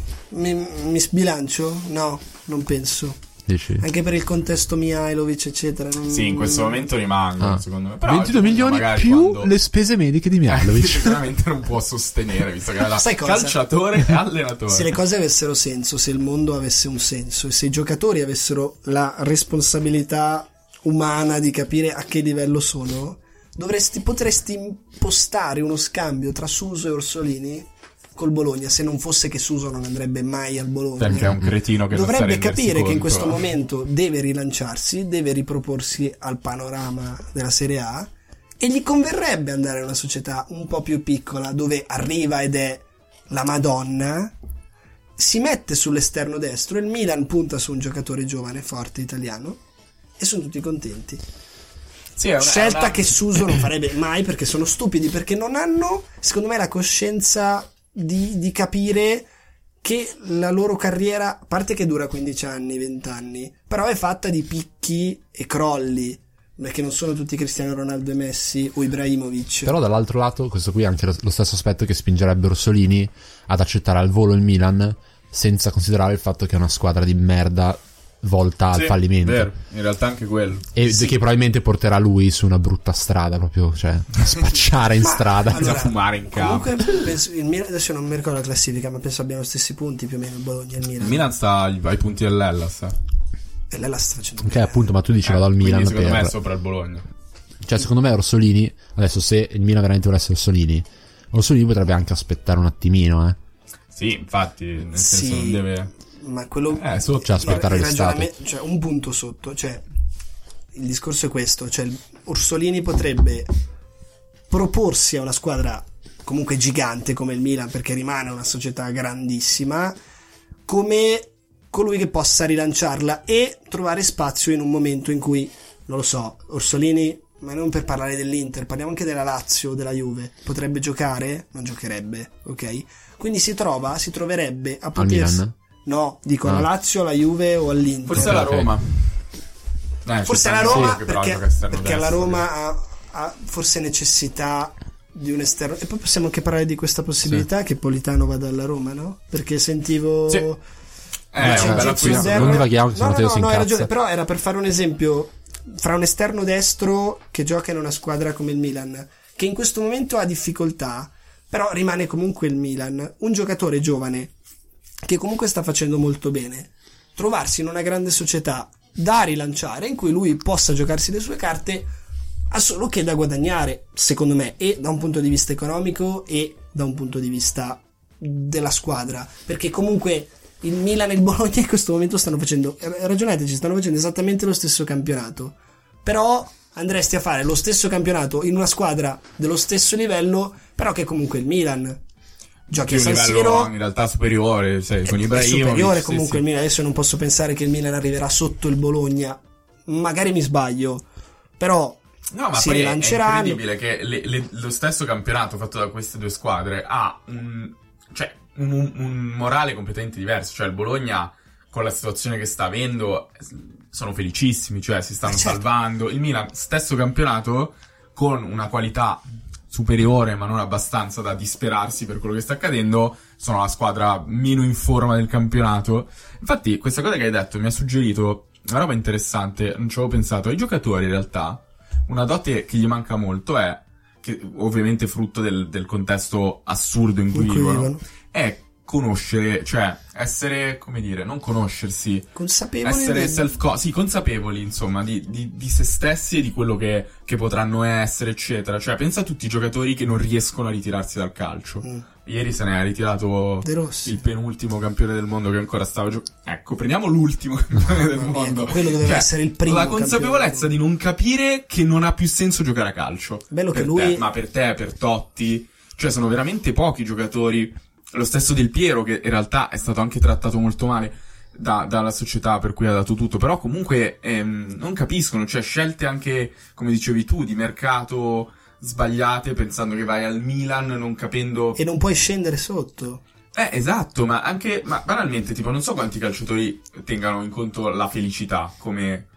Mi sbilancio? No, non penso. Dici? Anche per il contesto Mihajlovic, eccetera. Sì, in questo momento rimangono, secondo me. Però 22 milioni magari più quando... le spese mediche di Mihajlovic. sicuramente non può sostenere, visto che è Sai cosa? calciatore e allenatore. Se le cose avessero senso, se il mondo avesse un senso e se i giocatori avessero la responsabilità umana di capire a che livello sono, potresti impostare uno scambio tra Suso e Orsolini col Bologna, se non fosse che Suso non andrebbe mai al Bologna. Perché è un cretino che non sa dovrebbe rendersi capire che in conto. questo momento deve rilanciarsi, deve riproporsi al panorama della Serie A e gli converrebbe andare a una società un po' più piccola dove arriva ed è la Madonna, si mette sull'esterno destro, il Milan punta su un giocatore giovane, forte, italiano e sono tutti contenti. Sì, è Scelta che Suso non farebbe mai perché sono stupidi, perché non hanno, secondo me, la coscienza di capire che la loro carriera, a parte che dura 15 anni, 20 anni, però è fatta di picchi e crolli, perché non sono tutti Cristiano Ronaldo e Messi o Ibrahimovic. Però dall'altro lato questo qui è anche lo stesso aspetto che spingerebbe Orsolini ad accettare al volo il Milan, senza considerare il fatto che è una squadra di merda volta al fallimento. Vero, in realtà anche quello. E Sì. che probabilmente porterà lui su una brutta strada, proprio, cioè a spacciare in strada. A fumare in campo. Comunque penso, il Milan, adesso non mi ricordo la classifica, ma penso abbiano gli stessi punti più o meno il Bologna e il Milan. Il Milan sta ai punti dell'Hellas. E lei la sta facendo Ok, bene. appunto, ma tu dici vado al Quindi Milan secondo me è per... sopra il Bologna. Cioè, secondo me Orsolini, adesso se il Milan veramente volesse Orsolini potrebbe anche aspettare un attimino, Sì, infatti, nel senso Sì. non deve... Ma quello sotto. Cioè, aspettare il l'estate. ragionamento, cioè un punto sotto, cioè il discorso è questo, cioè Orsolini potrebbe proporsi a una squadra comunque gigante come il Milan, perché rimane una società grandissima, come colui che possa rilanciarla e trovare spazio in un momento in cui, non lo so, Orsolini, ma non per parlare dell'Inter, parliamo anche della Lazio o della Juve, potrebbe giocare? Non giocherebbe, ok? Quindi si troverebbe a Al potersi... Milan? No, dico alla Lazio, alla Juve o all'Inter. Forse alla Ok. Roma. Forse alla Roma, che però perché gioca esterno alla destro. Roma ha forse necessità di un esterno. E poi possiamo anche parlare di questa possibilità che Politano vada alla Roma, no? Perché sentivo... Sì. C'è un bel Gizzo acquisto. Zerra. Non divaghiamo, che No, se Matteo si no, hai incazza. ragione, però era per fare un esempio fra un esterno destro che gioca in una squadra come il Milan, che in questo momento ha difficoltà, però rimane comunque il Milan, un giocatore giovane che comunque sta facendo molto bene, trovarsi in una grande società da rilanciare in cui lui possa giocarsi le sue carte ha solo che da guadagnare, secondo me, e da un punto di vista economico e da un punto di vista della squadra, perché comunque il Milan e il Bologna in questo momento stanno facendo, ragionateci, stanno facendo esattamente lo stesso campionato, però andresti a fare lo stesso campionato in una squadra dello stesso livello, però che comunque il Milan giochi a Più un San livello Siro, in realtà superiore, con è Ibrahimovic. superiore sì, comunque sì. il Milan. Adesso non posso pensare che il Milan arriverà sotto il Bologna, magari mi sbaglio, però No, ma si poi è rilanceranno. incredibile che lo stesso campionato fatto da queste due squadre ha un morale completamente diverso. Cioè il Bologna, con la situazione che sta avendo, sono felicissimi, cioè si stanno certo. salvando. Il Milan, stesso campionato, con una qualità superiore ma non abbastanza da disperarsi per quello che sta accadendo, sono la squadra meno in forma del campionato. Infatti questa cosa che hai detto mi ha suggerito una roba interessante, non ci avevo pensato. Ai giocatori in realtà una dote che gli manca molto è che ovviamente frutto del contesto assurdo in cui vivono, è conoscere, cioè essere, come dire, non conoscersi, consapevoli, essere consapevoli, insomma, di se stessi e di quello che potranno essere, eccetera. Cioè, pensa a tutti i giocatori che non riescono a ritirarsi dal calcio. Ieri se ne è ritirato il penultimo campione del mondo che ancora stava giocando. Ecco, prendiamo l'ultimo campione del mondo. Quello doveva essere il primo. La consapevolezza di non capire che non ha più senso giocare a calcio. Bello che lui... ma per te, per Totti, cioè sono veramente pochi giocatori. Lo stesso Del Piero, che in realtà è stato anche trattato molto male dalla società per cui ha dato tutto, però comunque non capiscono, cioè scelte anche, come dicevi tu, di mercato sbagliate, pensando che vai al Milan, non capendo... E non puoi scendere sotto. Esatto, ma banalmente, tipo, non so quanti calciatori tengano in conto la felicità come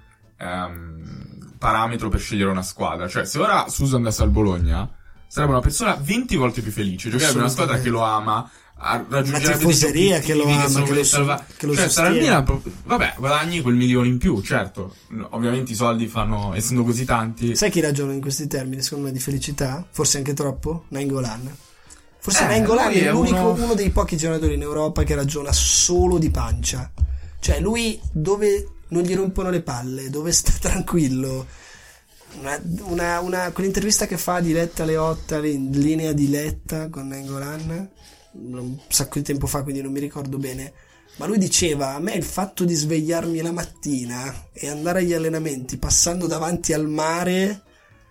parametro per scegliere una squadra. Cioè, se ora Suso andasse al Bologna, sarebbe una persona 20 volte più felice, giocherebbe una squadra che lo ama, raggiungerebbe una tifoseria che lo ama, che lo cioè sarà il Milan, vabbè, guadagni quel milione in più, certo, ovviamente i soldi fanno, essendo così tanti. Sai chi ragiona in questi termini, secondo me, di felicità? Forse anche troppo? Nainggolan. Forse Nainggolan è uno dei pochi giocatori in Europa che ragiona solo di pancia, cioè lui dove non gli rompono le palle, dove sta tranquillo. Quell'intervista che fa Diletta Leotta in linea diretta con Nainggolan un sacco di tempo fa, quindi non mi ricordo bene, ma lui diceva: a me il fatto di svegliarmi la mattina e andare agli allenamenti passando davanti al mare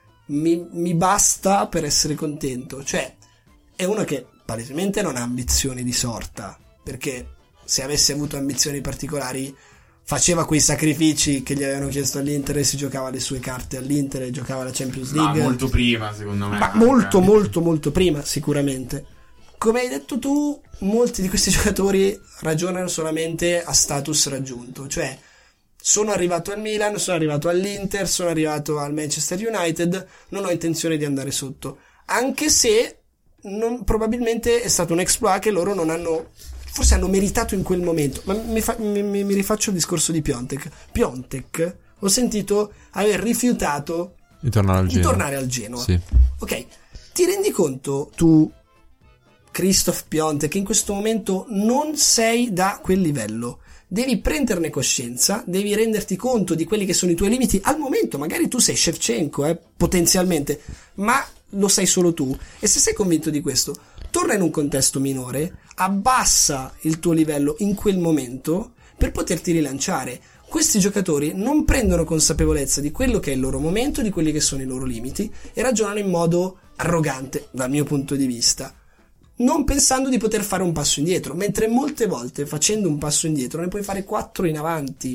mi basta per essere contento. Cioè è uno che palesemente non ha ambizioni di sorta, perché se avesse avuto ambizioni particolari faceva quei sacrifici che gli avevano chiesto all'Inter e si giocava le sue carte all'Inter e giocava la Champions League. Ma molto prima, secondo me. Ma molto prima, sicuramente. Come hai detto tu, molti di questi giocatori ragionano solamente a status raggiunto. Cioè, sono arrivato al Milan, sono arrivato all'Inter, sono arrivato al Manchester United, non ho intenzione di andare sotto. Anche se probabilmente è stato un exploit che loro non hanno... forse hanno meritato in quel momento. Ma mi rifaccio il discorso di Piontek. Piontek, ho sentito aver rifiutato di tornare al Genoa. Sì. Ok, ti rendi conto tu, Christoph Piontek, che in questo momento non sei da quel livello? Devi prenderne coscienza, devi renderti conto di quelli che sono i tuoi limiti. Al momento magari tu sei Shevchenko, potenzialmente, ma lo sai solo tu. E se sei convinto di questo, torna in un contesto minore, abbassa il tuo livello in quel momento per poterti rilanciare. Questi giocatori non prendono consapevolezza di quello che è il loro momento, di quelli che sono i loro limiti, e ragionano in modo arrogante, dal mio punto di vista, non pensando di poter fare un passo indietro, mentre molte volte facendo un passo indietro ne puoi fare 4 in avanti.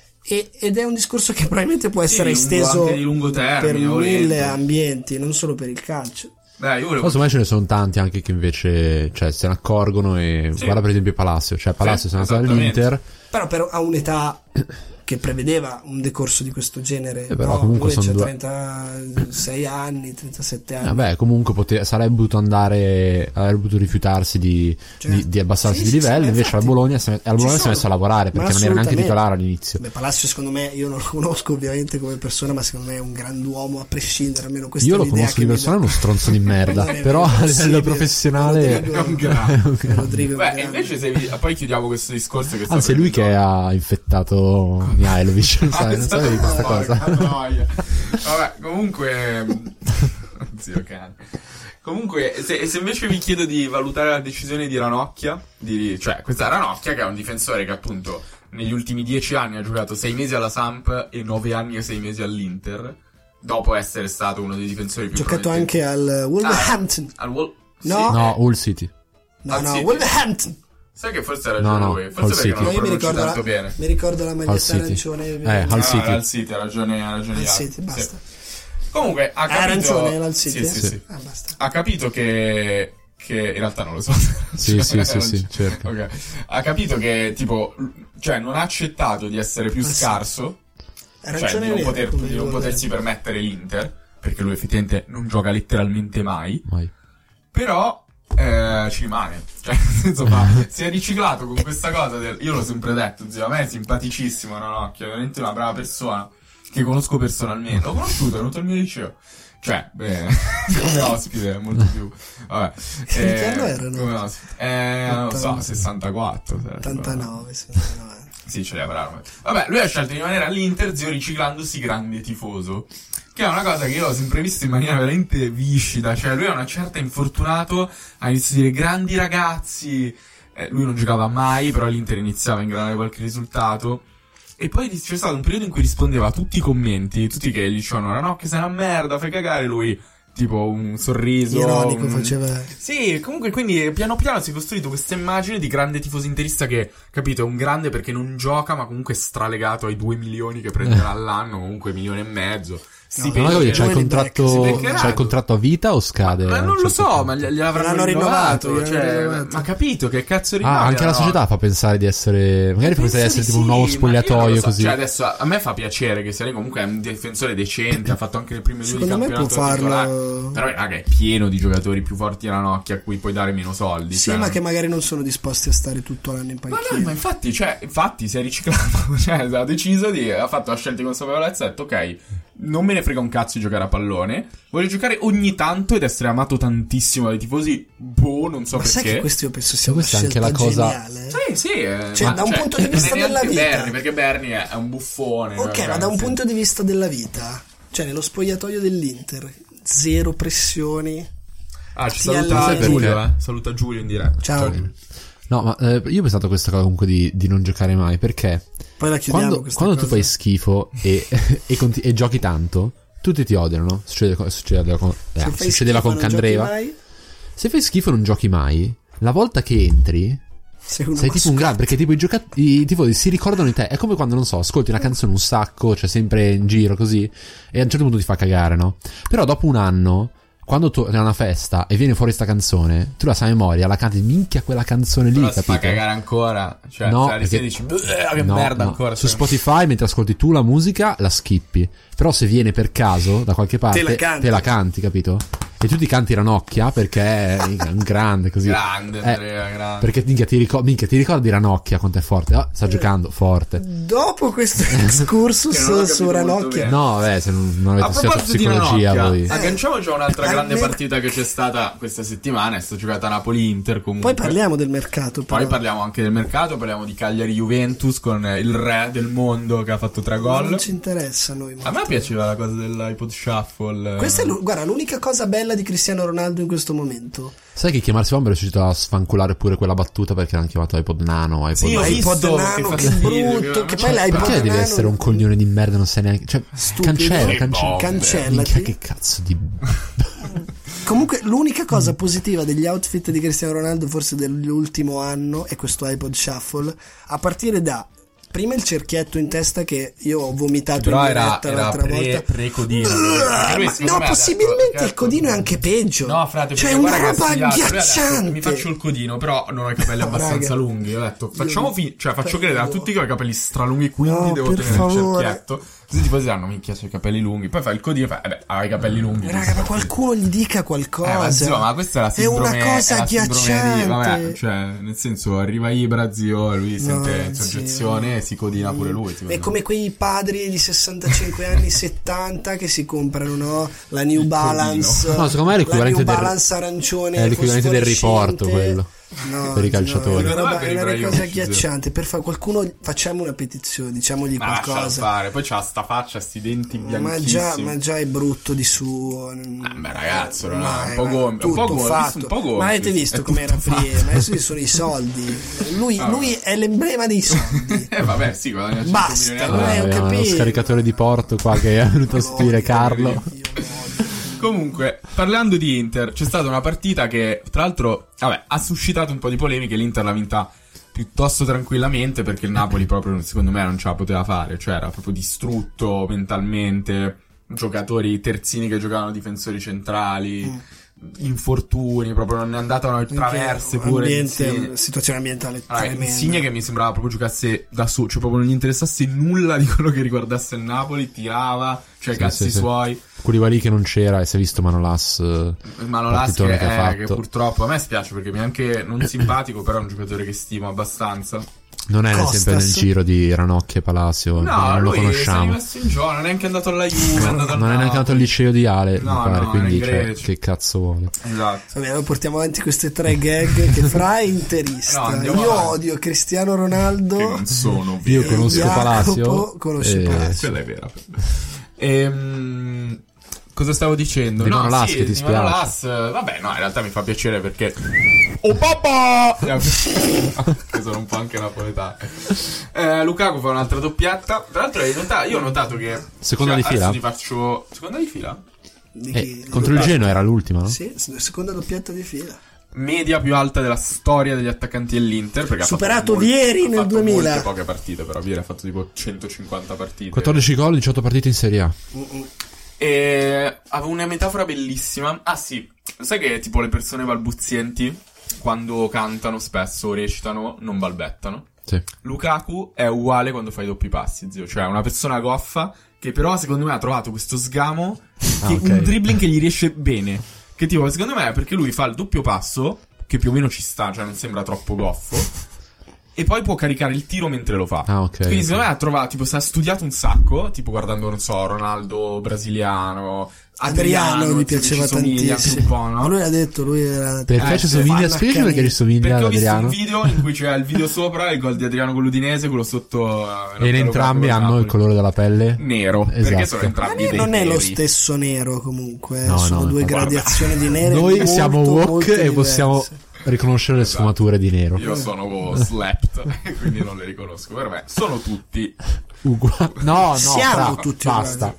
Ed è un discorso che probabilmente può essere esteso anche di lungo termine, per 1000 ambienti, non solo per il calcio. Beh, io secondo me ce ne sono tanti anche che invece, cioè, se ne accorgono. E guarda per esempio Palacio, cioè Palacio se ne sta all'Inter, però ha un'età che prevedeva un decorso di questo genere. Però comunque sono 36 anni, 37 anni. Vabbè, comunque sarebbe potuto rifiutarsi di abbassarsi di livello. Invece al Bologna si è messo a lavorare, perché non era neanche titolare all'inizio. Beh, Palacio, secondo me, io non lo conosco ovviamente come persona, ma secondo me è un grand'uomo a prescindere, almeno questa. Io lo conosco di persona, è uno stronzo di merda, però a livello professionale è un grande. Rodrigo Beh, invece poi chiudiamo questo discorso che anzi è lui che ha infettato Mihailovic, non sapevi questa cosa? Vabbè, comunque zio cane. Comunque, se invece vi chiedo di valutare la decisione di Ranocchia, cioè questa Ranocchia che è un difensore che appunto negli ultimi 10 anni ha giocato 6 mesi alla Samp e 9 anni e 6 mesi all'Inter, dopo essere stato uno dei difensori più giocato anche al Wolverhampton. No, Hull City. No, Wolverhampton. Sai che forse era ragione lui, forse perché non lo pronunci tanto bene. Mi ricordo la maglietta arancione. Hull City, ha ragione Hull City, basta. Comunque ha capito... arancione Hull City? Sì. Basta. Ha capito che in realtà non lo so. Sì, certo. Okay. Ha capito che tipo, cioè non ha accettato di essere più scarso, cioè di non potersi permettere l'Inter, perché lui effettivamente non gioca letteralmente mai. Però ci rimane, cioè insomma si è riciclato con questa cosa io l'ho sempre detto, zio, a me è simpaticissimo Ranocchia, è veramente una brava persona che conosco personalmente, l'ho conosciuto, è venuto al mio liceo Cioè, come ospite, molto più. Vabbè. Che anno erano? Come ospite. Non so, 64. 89. Sì, ce li avranno. Vabbè, lui ha scelto di rimanere all'Inter, zio, riciclandosi grande tifoso. Che è una cosa che io ho sempre visto in maniera veramente viscida. Cioè, lui a una certa infortunato ha iniziato a dire grandi ragazzi. Lui non giocava mai, però l'Inter iniziava a ingranare qualche risultato. E poi c'è stato un periodo in cui rispondeva a tutti i commenti, tutti che gli dicevano no, che sei una merda, fai cagare, lui tipo un sorriso ironico faceva. Sì, comunque quindi piano piano si è costruito questa immagine di grande tifoso interista che, capito, è un grande perché non gioca, ma comunque è stralegato ai 2 milioni che prenderà all'anno, comunque 1,5 milioni. C'è il contratto a vita o scade? Ma non lo so, ma gliel'avranno rinnovato. Ma capito che cazzo rinnovato? Anche la società fa pensare di essere, magari fa pensare di essere tipo un nuovo spogliatoio così. Cioè adesso a me fa piacere che sia lì, comunque è un difensore decente, ha fatto anche le prime due di campionato titolare. Però raga, è pieno di giocatori più forti della Nokia a cui puoi dare meno soldi. Sì, ma che magari non sono disposti a stare tutto l'anno in panchina. Ma infatti si è riciclato, ha deciso ha fatto la scelta di consapevolezza e ha detto ok, non me ne frega un cazzo di giocare a pallone, voglio giocare ogni tanto ed essere amato tantissimo dai tifosi, non so perché. Sai che questo io penso sia una questa è anche scelta la cosa geniale. Sì, cioè da un punto di vista della vita Bernie, perché Bernie è un buffone. Ok, ma da un punto di vista della vita, cioè nello spogliatoio dell'Inter, zero pressioni. Ci saluta Giulio, saluta Giulio in diretta. Ciao. No, ma io ho pensato a questa cosa comunque di non giocare mai, perché poi la chiudiamo quando tu fai schifo e giochi tanto, tutti ti odiano, no? Succedeva con Candreva. Se fai schifo e non giochi mai, la volta che entri sei tipo un grande, perché tipo i tifosi si ricordano di te. È come quando, non so, ascolti una canzone un sacco, cioè sempre in giro così, e a un certo punto ti fa cagare, no? Però dopo un anno, quando tu è una festa e viene fuori sta canzone, tu la sai a memoria, la canti, minchia quella canzone lì, però capito? Fa cagare ancora, cioè no, perché dici che merda ancora. Su Spotify mentre ascolti tu la musica la skippi, però se viene per caso da qualche parte te la canti, capito? E tu ti canti Ranocchia perché è un grande così. Grande, Andrea, grande. Perché ti ricordi Ranocchia quanto è forte? Sta giocando forte. Dopo questo excursus su Ranocchia. No, se non avete studiato psicologia voi. Agganciamo già un'altra grande partita che c'è stata questa settimana, è stata giocata Napoli-Inter comunque. Poi parliamo del mercato. Poi parliamo anche del mercato, parliamo di Cagliari-Juventus con il re del mondo che ha fatto 3 gol. Non ci interessa a noi molto. A me piaceva la cosa dell'iPod Shuffle. Questa è guarda, l'unica cosa bella di Cristiano Ronaldo in questo momento. Sai che chiamarsi Bomber è riuscito a sfanculare pure quella battuta perché l'hanno chiamato iPod Nano, Sì, iPod Nano, che brutto, che poi l'iPod perché devi essere un coglione di merda, non sai neanche, cioè cancellati. Minchia, che cazzo di Comunque l'unica cosa positiva degli outfit di Cristiano Ronaldo forse dell'ultimo anno è questo iPod Shuffle, a partire da prima il cerchietto in testa che io ho vomitato però in diretta l'altra volta. Pre-codino. No, possibilmente il codino è anche peggio. No, frate, cioè una roba agghiacciante. Mi faccio il codino, però non ho i capelli abbastanza lunghi. Ho detto, faccio credere a tutti che ho i capelli stralunghi, quindi devo tenere il cerchietto. Così tipo diranno, minchia, c'ho i capelli lunghi. Poi fai il codino e fai, hai i capelli lunghi. Raga, ma qualcuno gli dica qualcosa. Ma questa è la sindrome. È una cosa agghiacciante. Vabbè, cioè, nel senso, arriva Ibra, zio, lui sente in soggezione e si codina pure lui. È come quei padri di 65 anni, 70 che si comprano, no? La New Balance. No, secondo me è l'equivalente Balance arancione. È l'equivalente del riporto quello. No, per i calciatori. È una cosa agghiacciante. Per qualcuno facciamo una petizione, diciamogli qualcosa. Fare. Poi c'ha sta faccia, sti denti bianchissimi. Ma già è brutto di suo. Beh, ragazzo, un po' gonfio. Ma avete visto com'era prima? Adesso ci sono i soldi. Lui è l'emblema dei soldi. Vabbè, sì, guadagna 5 basta, milioni. Ho capito. Lo scaricatore di Porto qua che è venuto a sostituire Carlo. Comunque, parlando di Inter, c'è stata una partita che, tra l'altro, ha suscitato un po' di polemiche. L'Inter l'ha vinta piuttosto tranquillamente perché il Napoli proprio, secondo me, non ce la poteva fare. Cioè, era proprio distrutto mentalmente. Giocatori terzini che giocavano difensori centrali. Infortuni, proprio non è andata una traverse pure. Situazione ambientale tremenda. Insigne che mi sembrava proprio giocasse da su, cioè proprio non gli interessasse nulla di quello che riguardasse il Napoli, tirava, cioè cazzi suoi. Koulibaly che non c'era e si è visto Manolas che purtroppo a me spiace perché mi è anche non simpatico, però è un giocatore che stimo abbastanza. Non è sempre nel giro di Ranocchia e Palacio. Non lo conosciamo. Si è rimesso in gioco, non è neanche andato alla Juve, è andato non è neanche andato al liceo di Ale, mi pare, quindi che cazzo vuole. Esatto. Vabbè, noi portiamo avanti queste 3 gag che Fra è interista. Io odio Cristiano Ronaldo. Che non sono vero. Io conosco Palacio. Conosce Palacio. Quella è vera. Cosa stavo dicendo? Di Manolas, che ti spiace. Vabbè, no, in realtà mi fa piacere perché... Oh papà! Che sono un po' anche napoletano. Lukaku fa un'altra doppietta. Tra l'altro io ho notato che... Seconda di fila? Ti faccio... Seconda di fila? Contro il Genoa era l'ultima, no? Sì, seconda doppietta di fila. Media più alta della storia degli attaccanti dell'Inter, perché superato Vieri nel 2000. Molte poche partite, però Vieri ha fatto tipo 150 partite. 14 gol, 18 partite in Serie A. E avevo una metafora bellissima. Ah sì, sai che tipo le persone balbuzienti quando cantano spesso o recitano non balbettano? Sì. Lukaku è uguale quando fa i doppi passi, zio. Cioè una persona goffa che però secondo me ha trovato questo sgamo, un dribbling che gli riesce bene. Che tipo secondo me è perché lui fa il doppio passo, che più o meno ci sta, cioè non sembra troppo goffo, e poi può caricare il tiro mentre lo fa. Quindi secondo me ha trovato, tipo, si è studiato un sacco, tipo guardando, non so, Ronaldo brasiliano, Adriano gli piaceva tantissimo. Un po', no? Ma lui ha detto, lui era... Perché ci somiglia, spiegami perché ci somiglia ad Adriano. Perché ho visto un video in cui c'è il video sopra, il gol di Adriano con l'Udinese, quello sotto... E in entrambi hanno il colore della pelle nero, esatto. Perché sono entrambi non è neri. lo stesso nero comunque, no, sono due gradazioni di nero. Noi molto, siamo woke e diverse. possiamo riconoscere le sfumature di nero. Io sono slapped, quindi non le riconosco. Per me sono tutti uguali. No, siamo tutti basta.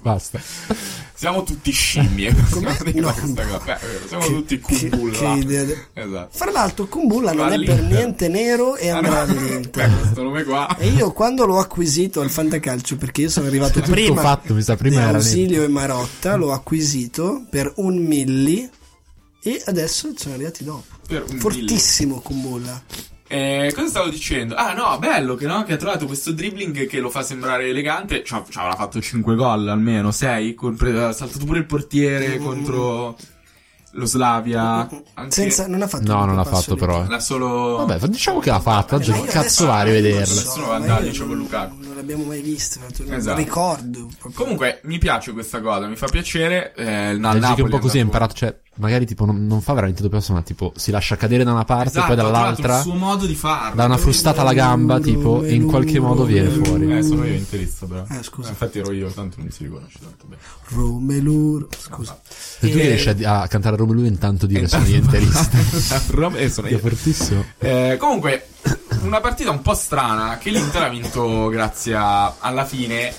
Siamo tutti scimmie. No. Siamo tutti Kumbulla. Esatto. Fra l'altro Kumbulla non è per niente nero e andrà all'Inter. Questo nome qua. E io quando l'ho acquisito al Fantacalcio, perché io sono arrivato prima di Ausilio e Marotta, l'ho acquisito per 1 milli e adesso sono arrivati dopo. Fortissimo Kumbulla. Cosa stavo dicendo? Ah no, bello che ha trovato questo dribbling che lo fa sembrare elegante. Ci avrà fatto 5 gol almeno, 6. Ha saltato pure il portiere contro lo Slavia. Non ha fatto. No, non l'ha fatto però. L'ha solo... Vabbè, diciamo che l'ha fatto. Che cazzo va a rivederlo? Sono vantaggio con Lukaku. Non l'abbiamo mai visto, esatto. Ricordo. Comunque mi piace questa cosa, mi fa piacere. Dici che un po' così ha imparato, cioè magari tipo non fa veramente doppio passo, ma tipo si lascia cadere da una parte, poi dall'altra. Il suo modo di farlo. Da una frustata alla gamba, tipo, e in qualche modo viene fuori. Sono io interista, però. Scusa. Infatti ero io, tanto non si riconosce tanto bene. Romelu. Scusa. Se tu riesci a cantare Romelu e intanto dire sono io interista. Sono io. È fortissimo. Comunque, una partita un po' strana che l'Inter ha vinto grazie alla fine.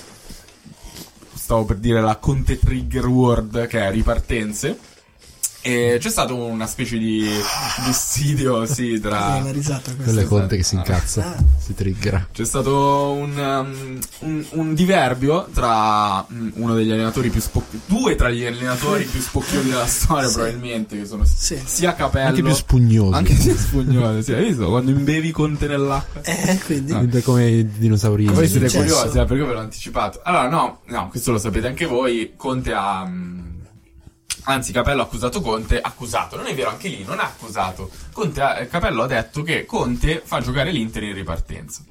Stavo per dire la Conte Trigger Word, che è ripartenze. E c'è stato una specie di dissidio, sì, tra... la risata questa. Quelle Conte che si incazza, si triggera. C'è stato un diverbio tra uno degli allenatori più due tra gli allenatori più spocchiosi della storia, probabilmente, che sono sia Capello... Anche più spugnosi. Anche più spugnosi, sì, hai visto? Quando imbevi Conte nell'acqua. Quindi... come i dinosauri. Voi siete curiosi, perché ve l'ho anticipato. Allora, no, questo lo sapete anche voi, Conte ha... Anzi, Capello ha accusato Conte. Accusato, non è vero, anche lì non ha accusato. Capello ha detto che Conte fa giocare l'Inter in ripartenza.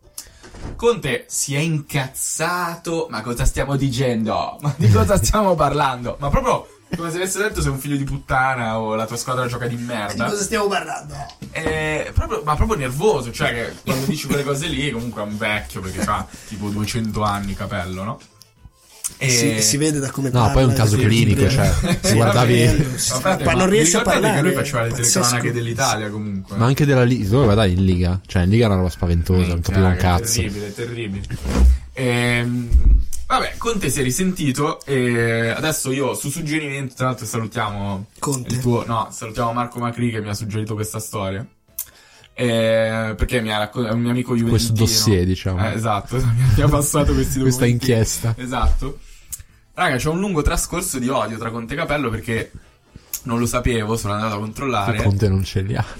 Conte si è incazzato. Ma cosa stiamo dicendo? Ma di cosa stiamo parlando? Ma proprio come se avesse detto sei un figlio di puttana o la tua squadra gioca di merda. Di cosa stiamo parlando? Ma proprio nervoso. Cioè che quando dici quelle cose lì comunque è un vecchio, perché ha tipo 200 anni Capello, no? Si vede da come parla. No, poi è un caso clinico, cioè si guardavi. Ma non riesce a parlare. Che lui faceva le telecronache dell'Italia comunque. Ma anche della Liga. Dove vai in Liga? Cioè in Liga è una roba spaventosa, non capivo un cazzo. Terribile. Vabbè, Conte si è risentito e adesso io su suggerimento, tra l'altro salutiamo Conte. Salutiamo Marco Macri che mi ha suggerito questa storia. Perché è un mio amico juventino. Questo dossier, diciamo. Esatto, mi ha passato questi documenti. Questa inchiesta. Esatto. Raga, c'è un lungo trascorso di odio tra Conte e Capello perché non lo sapevo, sono andato a controllare. Conte non ce li ha.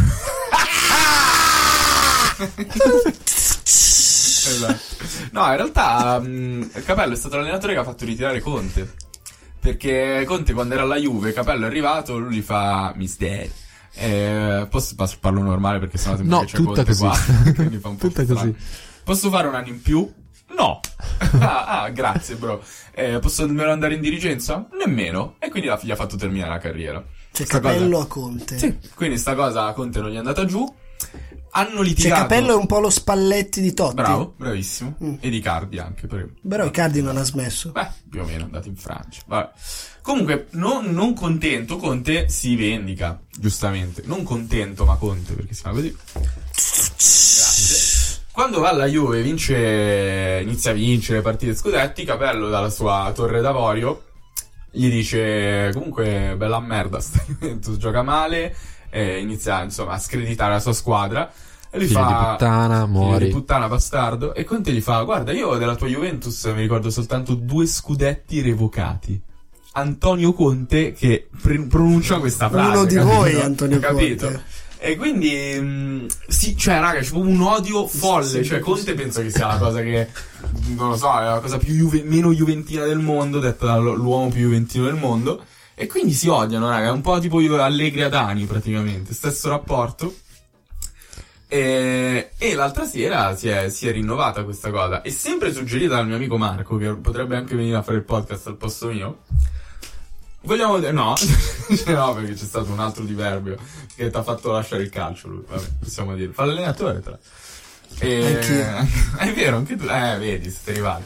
Esatto. No, in realtà Capello è stato l'allenatore che ha fatto ritirare Conte. Perché Conte quando era alla Juve, Capello è arrivato, lui gli fa Mister, Parlo normale perché sennò sembra No, che c'è tutta Conte così. qua. Quindi fa un po' Tutta strano. così. Posso fare un anno in più? No. Grazie bro. Posso nemmeno andare in dirigenza? Nemmeno. E quindi gli ha fatto terminare la carriera. C'è Sta Capello cosa- a Conte. Sì, quindi sta cosa a Conte non gli è andata giù. Hanno C'è litigato. Capello è un po' lo Spalletti di Totti. Bravo, bravissimo. E di Cardi anche. Però Icardi non ha smesso. Beh, più o meno è andato in Francia. Vabbè. Comunque, non contento, Conte si vendica, giustamente. Non contento, ma Conte, perché si chiama così. Grazie. Quando va alla Juve inizia a vincere partite scudetti, Capello dalla sua torre d'avorio gli dice: comunque bella merda sta Juventus, gioca male, e inizia insomma a screditare la sua squadra. E lui Figlio fa: di puttana, muori. Figlio di puttana, bastardo. E Conte gli fa: guarda, io della tua Juventus mi ricordo soltanto 2 scudetti revocati. Antonio Conte che pronuncia questa frase. Uno di capito? voi, Antonio Capito? Conte. E quindi sì, cioè raga, c'è un odio folle. Cioè Conte penso che sia la cosa che, non lo so, è la cosa più meno juventina del mondo, detta dall'uomo più juventino del mondo. E quindi si odiano, raga, è un po' tipo Allegri ad Ani praticamente, stesso rapporto. E l'altra sera si è rinnovata questa cosa, e sempre suggerita dal mio amico Marco, che potrebbe anche venire a fare il podcast al posto mio. Vogliamo dire no? No, perché c'è stato un altro diverbio che ti ha fatto lasciare il calcio lui. Vabbè, possiamo dire. Fa l'allenatore tra. È vero, anche tu. Vedi, siete rivali.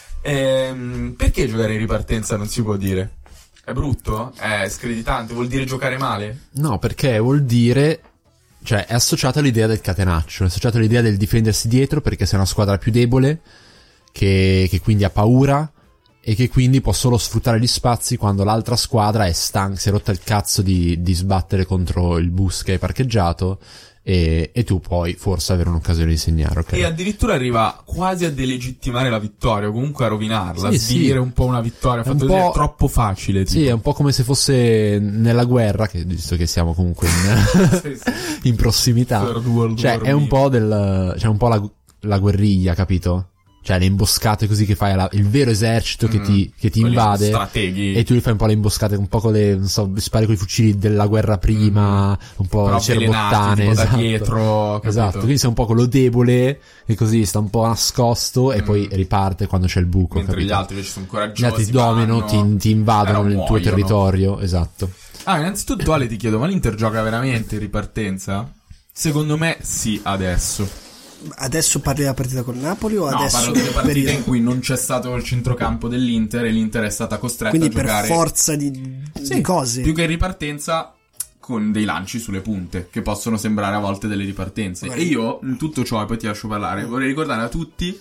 Perché giocare in ripartenza non si può dire? È brutto? È screditante? Vuol dire giocare male? No, perché vuol dire... Cioè, è associata all'idea del catenaccio, è associata all'idea del difendersi dietro perché sei una squadra più debole, che quindi ha paura, e che quindi può solo sfruttare gli spazi quando l'altra squadra è stanca, si è rotta il cazzo di sbattere contro il bus che hai parcheggiato, e tu puoi forse avere un'occasione di segnare, ok? E addirittura arriva quasi a delegittimare la vittoria, o comunque a rovinarla, Sì, a svilire un po' una vittoria, È un fatto po'- dire troppo facile. Sì, è un po' come se fosse nella guerra, che visto che siamo comunque in prossimità. Third World Cioè, War è un mio. po' c'è un po' la guerriglia, capito? Cioè, le imboscate così che fai il vero esercito che ti Con gli invade. strateghi. E tu gli fai un po' le imboscate, un po' con non so, spari con i fucili della guerra prima, un po' Però cerbottane, avvelenati, tipo da esatto. dietro, capito? Esatto, quindi sei un po' quello debole, e così sta un po' nascosto, e poi riparte quando c'è il buco, Mentre capito? gli altri invece sono coraggiosi. Gli altri ti dominano, vanno, ti invadono però nel tuo muoiono. territorio, esatto. Innanzitutto Ale ti chiedo, ma l'Inter gioca veramente in ripartenza? Secondo me sì, adesso. Adesso parli della partita con Napoli o No, adesso parlo delle partite periodo? in cui non c'è stato il centrocampo dell'Inter e l'Inter è stata costretta Quindi a giocare per forza di cose. più che in ripartenza, con dei lanci sulle punte che possono sembrare a volte delle ripartenze. Guarda. E io in tutto ciò, e poi ti lascio parlare, vorrei ricordare a tutti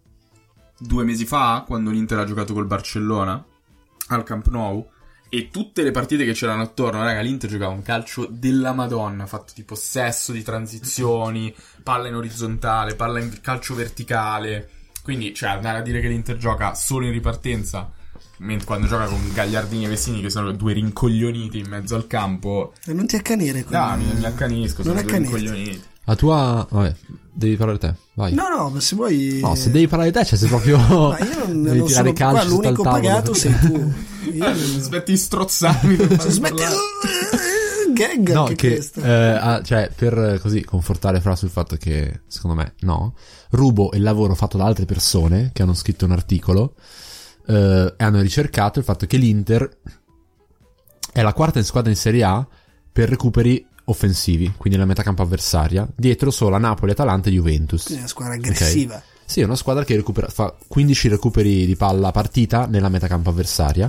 2 mesi fa, quando l'Inter ha giocato col Barcellona al Camp Nou, e tutte le partite che c'erano attorno, raga, l'Inter giocava un calcio della Madonna, fatto di possesso, di transizioni, palla in orizzontale, palla in calcio verticale. Quindi, cioè, andare a dire che l'Inter gioca solo in ripartenza, mentre quando gioca con Gagliardini e Vecini, che sono 2 rincoglioniti in mezzo al campo, Non ti accanire con... mi accanisco, sono Non 2 accanirti. rincoglioniti. La tua... Vabbè, devi parlare te, vai. No, ma se vuoi... No, se devi parlare te, cioè sei proprio... Ma io non devi tirare sono calcio qua, sotto l'unico al tavolo. pagato sei tu. Io non- Smetti di strozzarmi per farmi Smetti... parlare. Gag No, anche che, questa. cioè, per così confortare Fra sul fatto che, secondo me, no, rubo il lavoro fatto da altre persone che hanno scritto un articolo, e hanno ricercato il fatto che l'Inter è la quarta in squadra in Serie A per recuperi offensivi, quindi la metacampo avversaria, dietro solo a Napoli, Atalanta e Juventus. Quindi è una squadra aggressiva. Sì, è una squadra che fa 15 recuperi di palla a partita nella metacampo avversaria,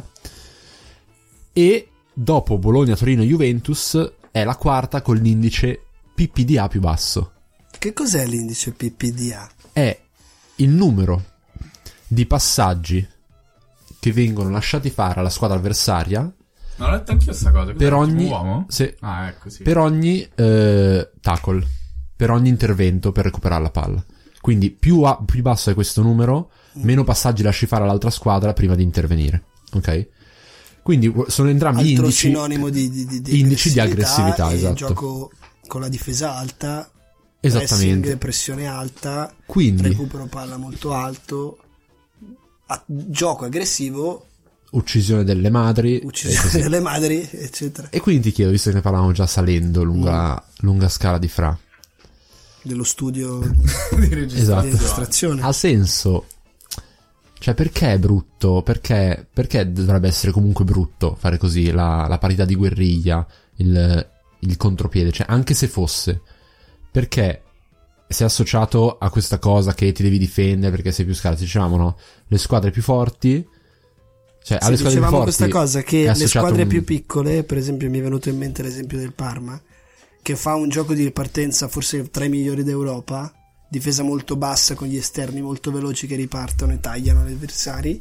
e dopo Bologna, Torino e Juventus è la quarta con l'indice PPDA più basso. Che cos'è l'indice PPDA? È il numero di passaggi che vengono lasciati fare alla squadra avversaria Ma l'ho letto anch'io sta cosa. per Cos'è, ogni un uomo? sì, Ah, ecco, sì. per ogni tackle, per ogni intervento per recuperare la palla. Quindi più basso è questo numero, meno passaggi lasci fare all'altra squadra prima di intervenire. Ok? Quindi sono entrambi Altro indici, sinonimo di indici di aggressività, e esatto. gioco con la difesa alta, Esattamente. pressing, pressione alta, Quindi recupero palla molto alto, gioco aggressivo uccisione delle madri, uccisione delle madri, eccetera. E quindi ti chiedo, visto che ne parlavamo già salendo lunga scala di Fra, dello studio di registrazione. di registrazione, ha senso? Cioè, perché è brutto? Perché dovrebbe essere comunque brutto fare così la partita di guerriglia, il contropiede? Cioè, anche se fosse, perché si è associato a questa cosa che ti devi difendere perché sei più scarso? Dicevamo, no? Le squadre più forti, cioè alle squadre più forti questa cosa, che le squadre più piccole, piccole, per esempio mi è venuto in mente l'esempio del Parma, che fa un gioco di ripartenza forse tra i migliori d'Europa, difesa molto bassa con gli esterni molto veloci che ripartono e tagliano gli avversari,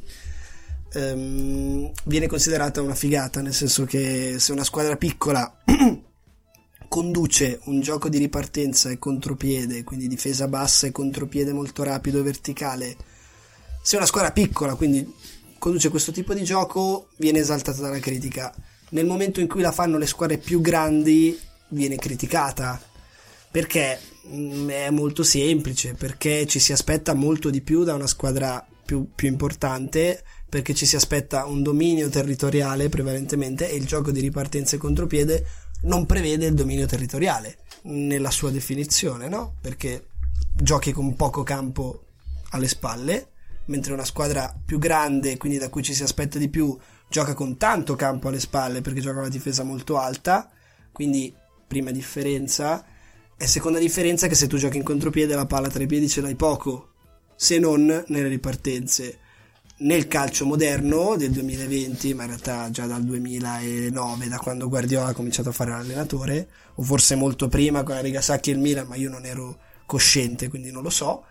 viene considerata una figata, nel senso che se una squadra piccola conduce un gioco di ripartenza e contropiede, quindi difesa bassa e contropiede molto rapido e verticale, se una squadra piccola quindi conduce questo tipo di gioco, viene esaltata dalla critica. Nel momento in cui la fanno le squadre più grandi viene criticata, perché è molto semplice, perché ci si aspetta molto di più da una squadra più importante, perché ci si aspetta un dominio territoriale prevalentemente, e il gioco di ripartenza e contropiede non prevede il dominio territoriale nella sua definizione, no? Perché giochi con poco campo alle spalle, mentre una squadra più grande, quindi da cui ci si aspetta di più, gioca con tanto campo alle spalle perché gioca una difesa molto alta. Quindi prima differenza. E seconda differenza è che se tu giochi in contropiede la palla tra i piedi ce l'hai poco, se non nelle ripartenze. Nel calcio moderno del 2020, ma in realtà già dal 2009, da quando Guardiola ha cominciato a fare l'allenatore, o forse molto prima con Arrigo Sacchi e il Milan, ma io non ero cosciente, quindi non lo so,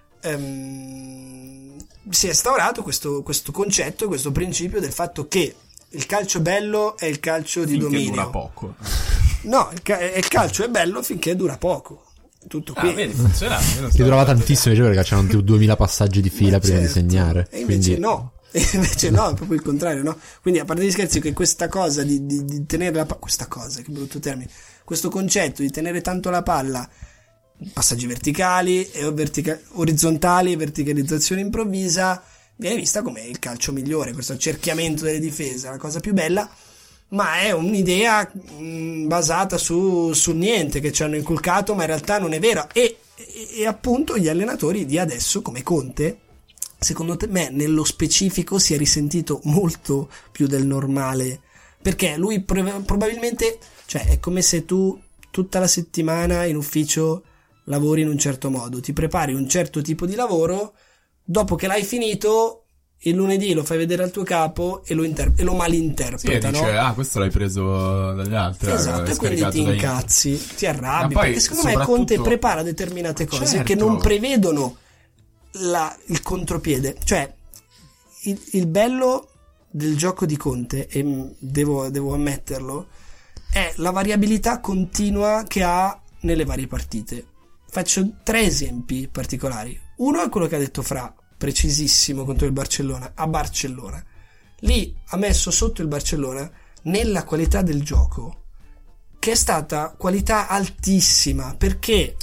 si è instaurato questo concetto, questo principio del fatto che il calcio bello è il calcio di dominio. Dura poco. No, il calcio è bello finché dura poco. Tutto qui. Vedi, funziona. Che durava tantissimo, perché c'erano 2000 passaggi di fila prima di segnare. E invece quindi no. Invece no, è proprio il contrario, no? Quindi, a parte gli scherzi, che questa cosa di tenere questa cosa, che brutto termine, questo concetto di tenere tanto la palla, passaggi verticali e orizzontali e verticalizzazione improvvisa, viene vista come il calcio migliore, questo accerchiamento delle difese, la cosa più bella, ma è un'idea basata sul niente che ci hanno inculcato, ma in realtà non è vera. E appunto gli allenatori di adesso, come Conte, secondo me nello specifico si è risentito molto più del normale, perché lui probabilmente, cioè è come se tu tutta la settimana in ufficio lavori in un certo modo, ti prepari un certo tipo di lavoro, dopo che l'hai finito il lunedì lo fai vedere al tuo capo e lo malinterpreta, sì, dice, no? questo l'hai preso dagli altri. Esatto, e quindi ti incazzi, ti arrabbi, perché secondo me Conte prepara determinate cose che non prevedono il contropiede. Cioè il bello del gioco di Conte, e devo ammetterlo, è la variabilità continua che ha nelle varie partite. Faccio 3 esempi particolari. Uno è quello che ha detto Fra, precisissimo, contro il Barcellona, a Barcellona. Lì ha messo sotto il Barcellona nella qualità del gioco, che è stata qualità altissima, perché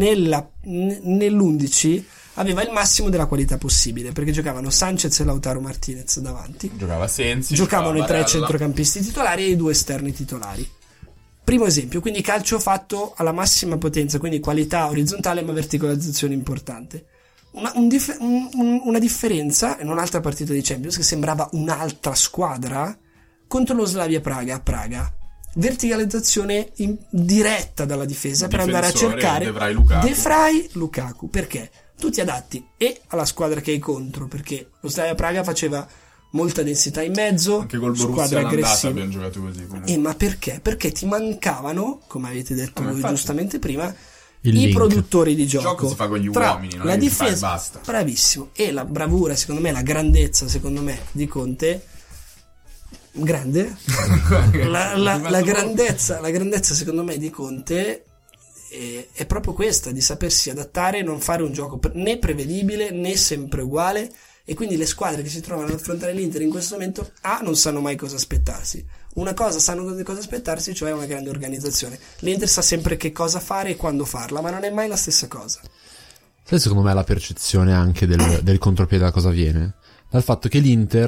nell'11 aveva il massimo della qualità possibile, perché giocavano Sanchez e Lautaro Martinez davanti, giocava Sensi, giocavano i 3 centrocampisti titolari e i 2 esterni titolari. Primo esempio, quindi calcio fatto alla massima potenza, quindi qualità orizzontale ma verticalizzazione importante. Una differenza in un'altra partita di Champions che sembrava un'altra squadra contro lo Slavia Praga a Praga. Verticalizzazione diretta dalla difesa per andare a cercare De Vrij, Lukaku. Perché? Tu ti adatti e alla squadra che hai contro, perché lo Slavia Praga faceva molta densità in mezzo, anche col Borussia all'andata abbiamo giocato così. Ma perché? Perché ti mancavano, come avete detto voi giustamente prima, i link. Produttori di gioco. Il gioco si fa con gli uomini, non la è difesa, basta. Bravissimo. E la bravura, secondo me, la grandezza, secondo me, di Conte, grande, la grandezza, secondo me, di Conte è proprio questa, di sapersi adattare e non fare un gioco né prevedibile né sempre uguale. E quindi le squadre che si trovano ad affrontare l'Inter in questo momento non sanno mai cosa aspettarsi. Una cosa sanno cosa aspettarsi, cioè una grande organizzazione. L'Inter sa sempre che cosa fare e quando farla, ma non è mai la stessa cosa. Sai, secondo me la percezione anche del contropiede da cosa viene? Dal fatto che l'Inter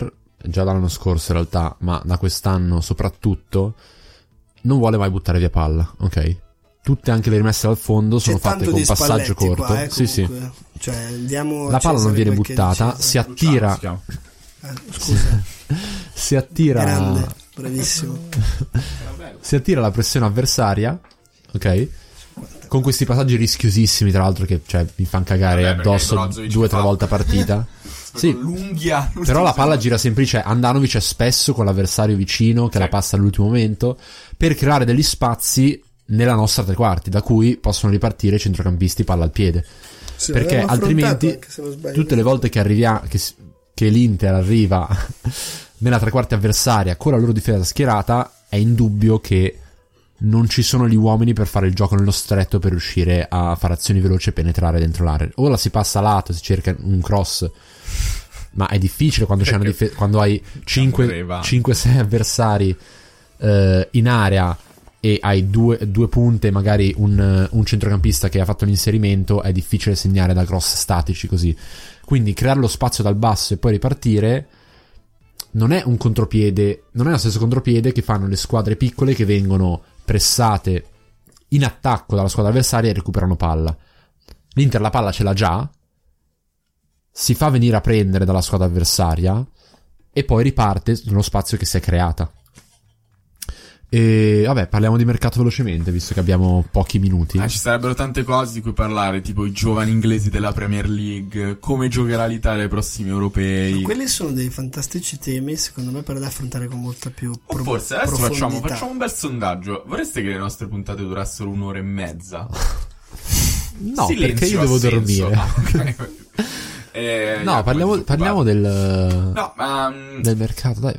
già dall'anno scorso in realtà, ma da quest'anno soprattutto, non vuole mai buttare via palla, ok? Tutte anche le rimesse dal fondo sono fatte con passaggio corto. Qua, sì, sì. Cioè, andiamo la palla non viene buttata, si attira. Scusa. Si attira. Grande, bravissimo. Si attira la pressione avversaria, ok? Con questi passaggi rischiosissimi, tra l'altro, che cioè, mi fanno cagare addosso 2 o 3 volte a partita. Sì, l'unghia. Però la palla gira sempre, cioè Andanovic è spesso con l'avversario vicino che la passa all'ultimo momento per creare degli spazi nella nostra tre quarti, da cui possono ripartire i centrocampisti palla al piede. Sì, perché altrimenti anche, se non sbaglio, tutte le volte che che l'Inter arriva nella tre quarti avversaria con la loro difesa schierata, è indubbio che non ci sono gli uomini per fare il gioco nello stretto, per riuscire a fare azioni veloci e penetrare dentro l'area. O la si passa a lato, si cerca un cross, ma è difficile quando c'è quando hai 5-6 avversari in area e hai due punte, magari un centrocampista che ha fatto l'inserimento, è difficile segnare da cross statici così. Quindi creare lo spazio dal basso e poi ripartire non è un contropiede, non è lo stesso contropiede che fanno le squadre piccole che vengono pressate in attacco dalla squadra avversaria e recuperano palla. L'Inter la palla ce l'ha già, si fa venire a prendere dalla squadra avversaria e poi riparte nello spazio che si è creata. E vabbè, parliamo di mercato velocemente, visto che abbiamo pochi minuti. Ci sarebbero tante cose di cui parlare, tipo i giovani inglesi della Premier League, come giocherà l'Italia ai prossimi europei. Quelli sono dei fantastici temi, secondo me, per da affrontare con molta più forse adesso facciamo un bel sondaggio. Vorreste che le nostre puntate durassero 1 ora e mezza? No, silenzio, perché io devo dormire. No, okay. No, parliamo del mercato, dai.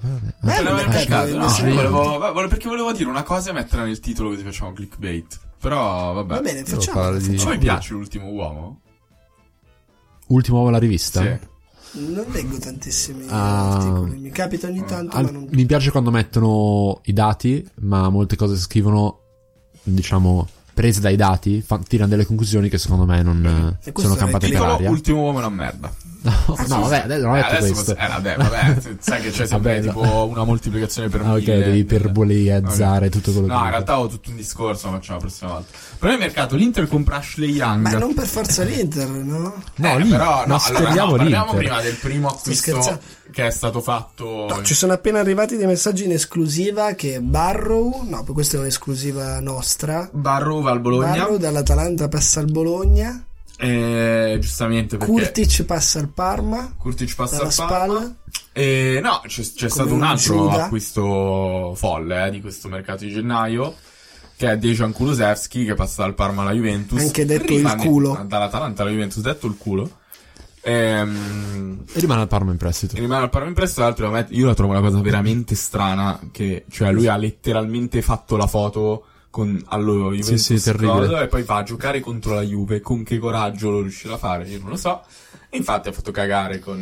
Perché volevo dire una cosa e metterla nel titolo, così facciamo clickbait. Però vabbè. Va bene, facciamo. A me piace l'ultimo uomo. Ultimo uomo alla rivista? Sì. Non leggo tantissimi articoli, mi capita ogni tanto, ma non... Mi piace quando mettono i dati, ma molte cose scrivono, diciamo, prese dai dati, tirano delle conclusioni che secondo me non sono campate per aria. L'ultimo uomo è una merda. No, vabbè, adesso non ho detto questo. Vabbè, sai che c'è sempre tipo una moltiplicazione per 1000. Ok, devi iperbolizzare tutto quello che... No, in realtà ho tutto un discorso, ma facciamo la prossima volta. Però nel mercato l'Inter compra Ashley Young. Ma non per forza l'Inter, no? No, però no, speriamo parliamo prima del primo acquisto che è stato fatto. No, ci sono appena arrivati dei messaggi in esclusiva che Barrow, no, questa è un'esclusiva nostra. Barrow va al Bologna. Barrow dall'Atalanta passa al Bologna. Giustamente perché Kurtic passa al Parma. Kurtic passa al Parma. No, c'è stato un altro acquisto folle di questo mercato di gennaio, che è Dejan Kulusevski, che passa dal Parma alla Juventus. Anche detto il culo. Dall'Atalanta alla Juventus, detto il culo. E rimane al Parma in prestito. Tra l'altro io la trovo una cosa veramente strana, che cioè lui ha letteralmente fatto la foto con allo Juventus, sì, terribile. E poi va a giocare contro la Juve. Con che coraggio lo riuscirà a fare? Io non lo so. E infatti ha fatto cagare con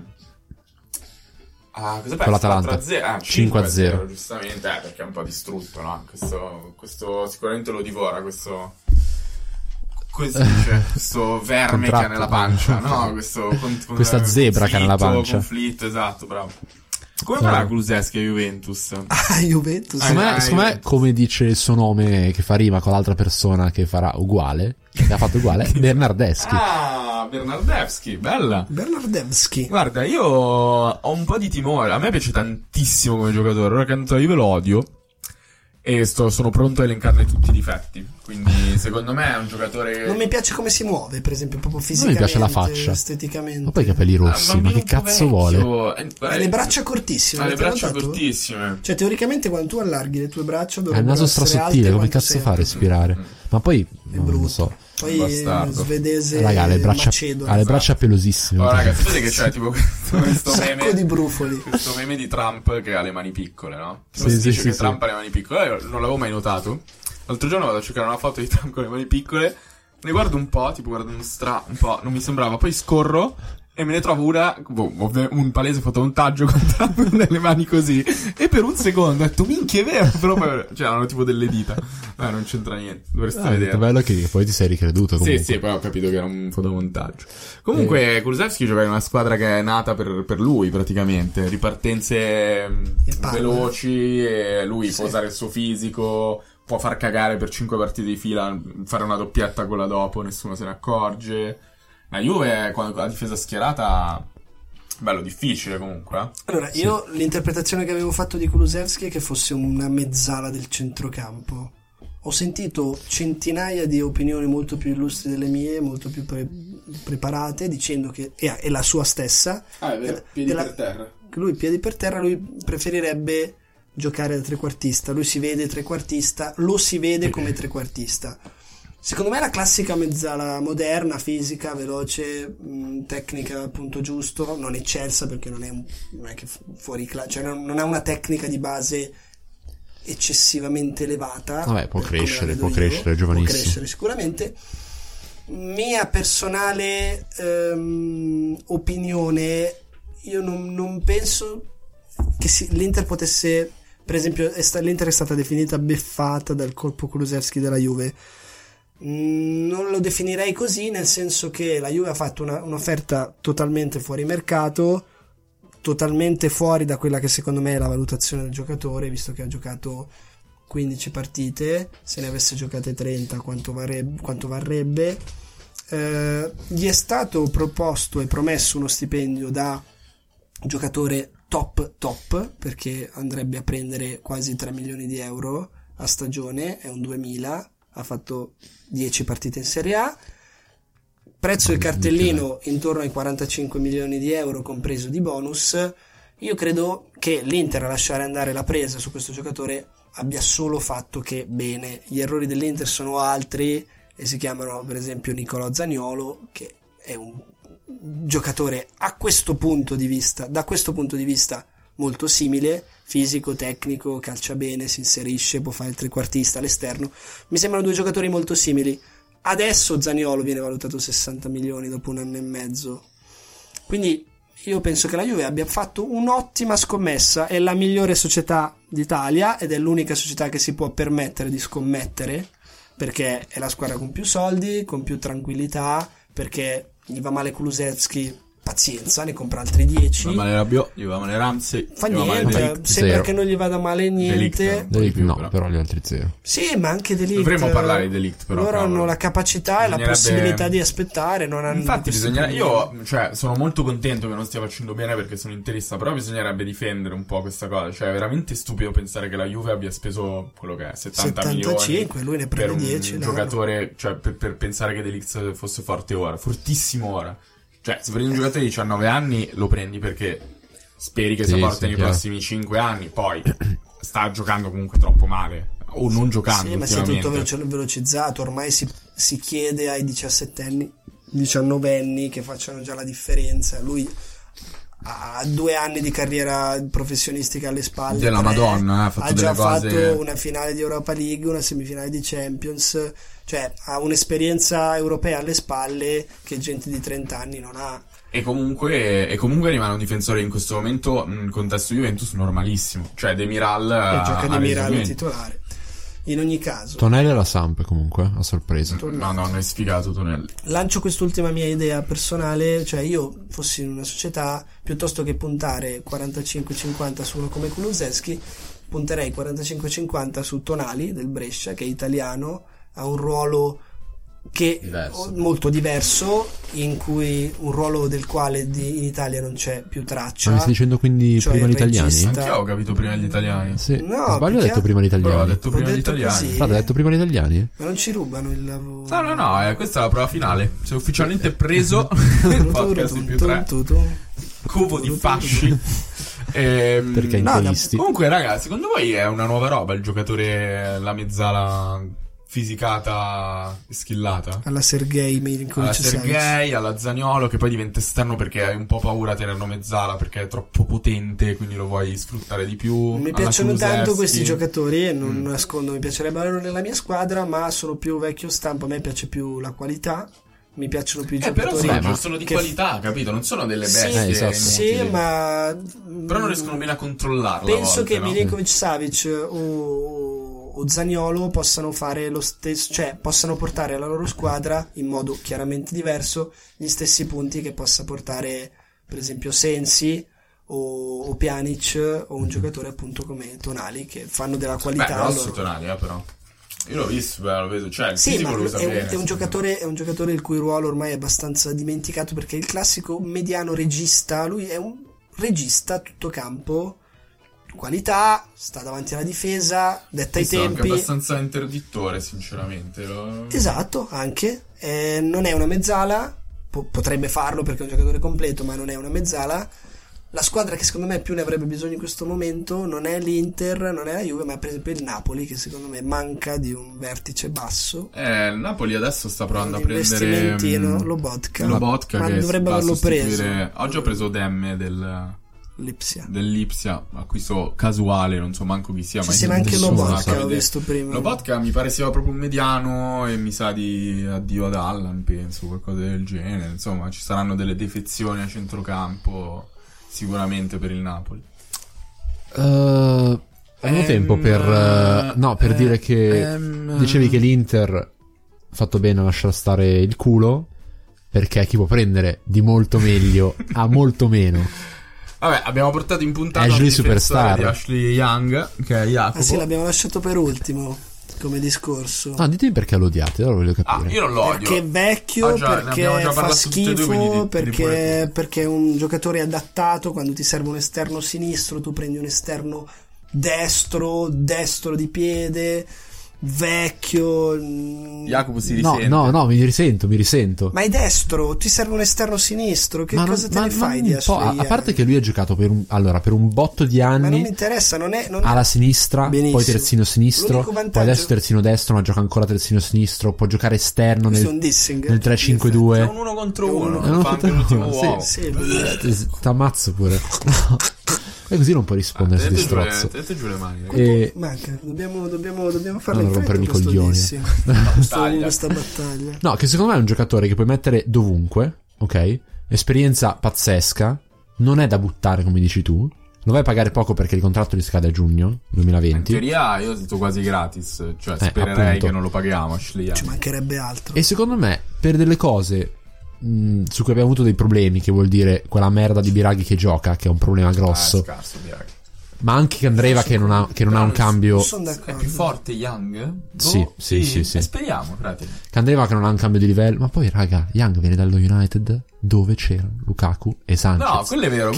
cosa con l'Atalanta 5-0, giustamente, perché è un po' distrutto, no? Questo sicuramente lo divora, questo verme che ha nella pancia, no? Questa zebra che ha nella pancia. Conflitto, esatto, bravo. Come farà Kulusevski a Juventus? Juventus. Secondo me, come dice il suo nome che fa rima con l'altra persona che farà uguale, che ha fatto uguale, Bernardeschi. Bernardeschi, bella. Bernardeschi. Guarda, io ho un po' di timore. A me piace tantissimo come giocatore. Ora che è andato a Juve lo odio. E sono pronto a elencarne tutti i difetti. Quindi secondo me è un giocatore... Non mi piace come si muove, per esempio, proprio fisicamente. Non mi piace la faccia, esteticamente. Ma poi i capelli rossi, ma che cazzo vuole? Ha le braccia cortissime. Ha le braccia cortissime. Cioè teoricamente quando tu allarghi le tue braccia ha il naso strasottile, come cazzo fa a respirare? Ma poi non lo so. Poi svedese, raga, ha le braccia pelosissime. Oh, raga, sapete che c'è tipo questo meme di brufoli, questo meme di Trump che ha le mani piccole, no? Sì, Trump ha le mani piccole. Io non l'avevo mai notato. L'altro giorno vado a cercare una foto di Trump con le mani piccole, ne guardo un po', tipo guardo un po', non mi sembrava, poi scorro e me ne trovo un palese fotomontaggio con Trump nelle mani così, e per un secondo ho detto minchia è vero, però poi c'erano tipo delle dita, non c'entra niente, dovreste vedere. È bello che poi ti sei ricreduto comunque. Sì, poi ho capito che era un fotomontaggio. Comunque Kulusevski gioca in una squadra che è nata per lui praticamente, ripartenze veloci, e lui può usare il suo fisico, può far cagare per 5 partite di fila, fare una doppietta quella dopo, nessuno se ne accorge. La Juve quando la difesa schierata, bello difficile comunque. Allora, io l'interpretazione che avevo fatto di Kulusevski è che fosse una mezzala del centrocampo. Ho sentito centinaia di opinioni molto più illustri delle mie, molto più preparate, dicendo che è la sua stessa. È vero, piedi per terra. Lui piedi per terra, lui preferirebbe giocare da trequartista, lui si vede trequartista, lo si vede come trequartista. Secondo me è la classica mezzala moderna, fisica, veloce, tecnica al punto giusto, non eccelsa perché non è che fuori classe, cioè non ha una tecnica di base eccessivamente elevata. Vabbè, può crescere, è giovanissimo. Può crescere sicuramente. Mia personale opinione, io non penso che l'Inter potesse, per esempio, l'Inter è stata definita beffata dal colpo Kulusevski della Juve. Non lo definirei così, nel senso che la Juve ha fatto un'offerta totalmente fuori mercato, totalmente fuori da quella che secondo me è la valutazione del giocatore, visto che ha giocato 15 partite, se ne avesse giocate 30 quanto varrebbe. Gli è stato proposto e promesso uno stipendio da giocatore top, perché andrebbe a prendere quasi 3 milioni di euro a stagione, è un 2000, ha fatto 10 partite in Serie A, prezzo del cartellino intorno ai 45 milioni di euro compreso di bonus. Io credo che l'Inter a lasciare andare la presa su questo giocatore abbia solo fatto che bene. Gli errori dell'Inter sono altri e si chiamano per esempio Nicolò Zaniolo, che è un giocatore da questo punto di vista molto simile, fisico, tecnico, calcia bene, si inserisce, può fare il trequartista all'esterno. Mi sembrano due giocatori molto simili. Adesso Zaniolo viene valutato 60 milioni dopo un anno e mezzo, quindi io penso che la Juve abbia fatto un'ottima scommessa. È la migliore società d'Italia ed è l'unica società che si può permettere di scommettere, perché è la squadra con più soldi, con più tranquillità, perché gli va male Kulusevski, pazienza, ne compra altri 10. Gli va male Rabiot, gli va male Ramsey, fa niente, sembra che non gli vada male niente. De Ligt no, però gli altri 0. Sì, ma anche De Ligt. Dovremmo parlare di De Ligt, però. Loro hanno la capacità e la possibilità di aspettare, non hanno. Infatti sono molto contento che non stia facendo bene perché sono interista, però bisognerebbe difendere un po' questa cosa. Cioè, è veramente stupido pensare che la Juve abbia speso quello che è 75 milioni lui ne prende per 10, un giocatore, cioè per pensare che De Ligt fosse forte ora, fortissimo ora. Cioè, se prendi un giocatore di 19 anni lo prendi perché speri che sia forte nei prossimi 5 anni, poi sta giocando comunque troppo male, o non giocando. Sì, ma si è tutto velocizzato, ormai si chiede ai 19enni che facciano già la differenza. Lui ha 2 anni di carriera professionistica alle spalle, della Madonna, ha già cose... fatto una finale di Europa League, una semifinale di Champions, cioè ha un'esperienza europea alle spalle che gente di 30 anni non ha. E comunque rimane un difensore in questo momento in contesto Juventus normalissimo, cioè Demiral gioca Demiral titolare. In ogni caso, Tonelli alla Samp comunque a sorpresa. No, non è sfigato Tonelli. Lancio quest'ultima mia idea personale, cioè io fossi in una società, piuttosto che puntare 45-50 su uno come Kulusevski, punterei 45-50 su Tonali del Brescia, che è italiano, ha un ruolo che molto diverso, in cui un ruolo del quale in Italia non c'è più traccia. Ma mi stai dicendo quindi cioè prima gli italiani? Anch'io ho capito prima gli italiani. Sì. No, sbaglio, ho detto prima gli italiani. Ho detto prima gli italiani. Così. Hai detto prima gli italiani? Ma non ci rubano il lavoro. No, questa è la prova finale. Si è ufficialmente preso il podcast di più 3. Cubo di fasci. Perché interisti. Comunque, ragazzi, secondo voi è una nuova roba il giocatore, la mezzala fisicata e skillata? Alla Sergei, alla Zaniolo, che poi diventa esterno perché hai un po' paura a tenerlo mezzala perché è troppo potente, quindi lo vuoi sfruttare di più. Mi piacciono tanto questi giocatori e non nascondo, mi piacerebbe averlo nella mia squadra, ma sono più vecchio stampo, a me piace più la qualità mi piacciono più i però giocatori sono di qualità, capito? Non sono delle bestie esatto. Sì, ma però non riescono bene a controllarla. Penso che no? Milinkovic-Savic o Zaniolo possano fare lo stesso, cioè possano portare alla loro squadra in modo chiaramente diverso gli stessi punti che possa portare per esempio Sensi o Pjanic o un giocatore appunto come Tonali, che fanno della qualità. Grosso Tonali, però io l'ho visto, lo vedo, cioè il sì, ma lo usa bene, è un giocatore il cui ruolo ormai è abbastanza dimenticato, perché è il classico mediano regista. Lui è un regista tutto campo, qualità, sta davanti alla difesa, detta i tempi, anche abbastanza interdittore sinceramente. Esatto, anche non è una mezzala, potrebbe farlo perché è un giocatore completo, ma non è una mezzala. La squadra che secondo me più ne avrebbe bisogno in questo momento non è l'Inter, non è la Juve, ma per esempio il Napoli, che secondo me manca di un vertice basso. Il Napoli adesso sta provando a prendere Lobotka, ma che dovrebbe averlo preso. Oggi ho preso Demme dell'Ipsia, acquisto casuale, non so manco chi sia, ma c'è anche Lobotka, ho visto prima. Lobotka mi pareceva proprio un mediano e mi sa di addio ad Allan, penso, qualcosa del genere. Insomma, ci saranno delle defezioni a centrocampo sicuramente per il Napoli. Avevo tempo per dire che dicevi che l'Inter ha fatto bene a lasciare stare il culo, perché chi può prendere di molto meglio a molto meno. Vabbè, abbiamo portato in puntata Ashley Superstar di Ashley Young, che è Jacopo. Sì, l'abbiamo lasciato per ultimo come discorso. No, ditemi perché lo odiate, allora voglio capire. Io non lo odio. Perché è vecchio, perché fa schifo, perché è un giocatore adattato. Quando ti serve un esterno sinistro, tu prendi un esterno destro di piede, vecchio. Jacopo si risente. No, mi risento. Ma è destro, ti serve un esterno sinistro, che cosa te ne fai di Ashley? A parte che lui ha giocato per un botto di anni. Ma non mi interessa, non è alla sinistra, benissimo. Poi terzino sinistro, poi adesso terzino destro, ma gioca ancora terzino sinistro, può giocare esterno nel 3-5-2. È un 1 contro 1, fa anche l'ultimo uomo. Sì, t'ammazzo pure. E così non puoi rispondere se ti strozzo. Te giù le mani. Manca, dobbiamo farla non rompermi i coglioni. Questa battaglia. No, che secondo me è un giocatore che puoi mettere dovunque, ok? Esperienza pazzesca, non è da buttare come dici tu. Lo vai a pagare poco perché il contratto gli scade a giugno 2020. In teoria io ho detto quasi gratis, cioè spererei appunto. che non lo paghiamo Ashley. Ci mancherebbe altro. E secondo me per delle cose su cui abbiamo avuto dei problemi, che vuol dire quella merda di Biraghi che gioca, che è un problema grosso, scarso Biraghi. ma anche Candreva che non ha un cambio. È più forte Young? Sì. Speriamo, frate. Candreva che non ha un cambio di livello, ma poi raga, Young viene dallo United dove c'era Lukaku e Sanchez. No, quello è vero.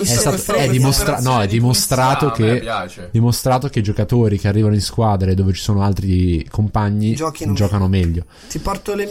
È dimostrato che i giocatori che arrivano in squadre dove ci sono altri compagni giocano meglio. Ti porto le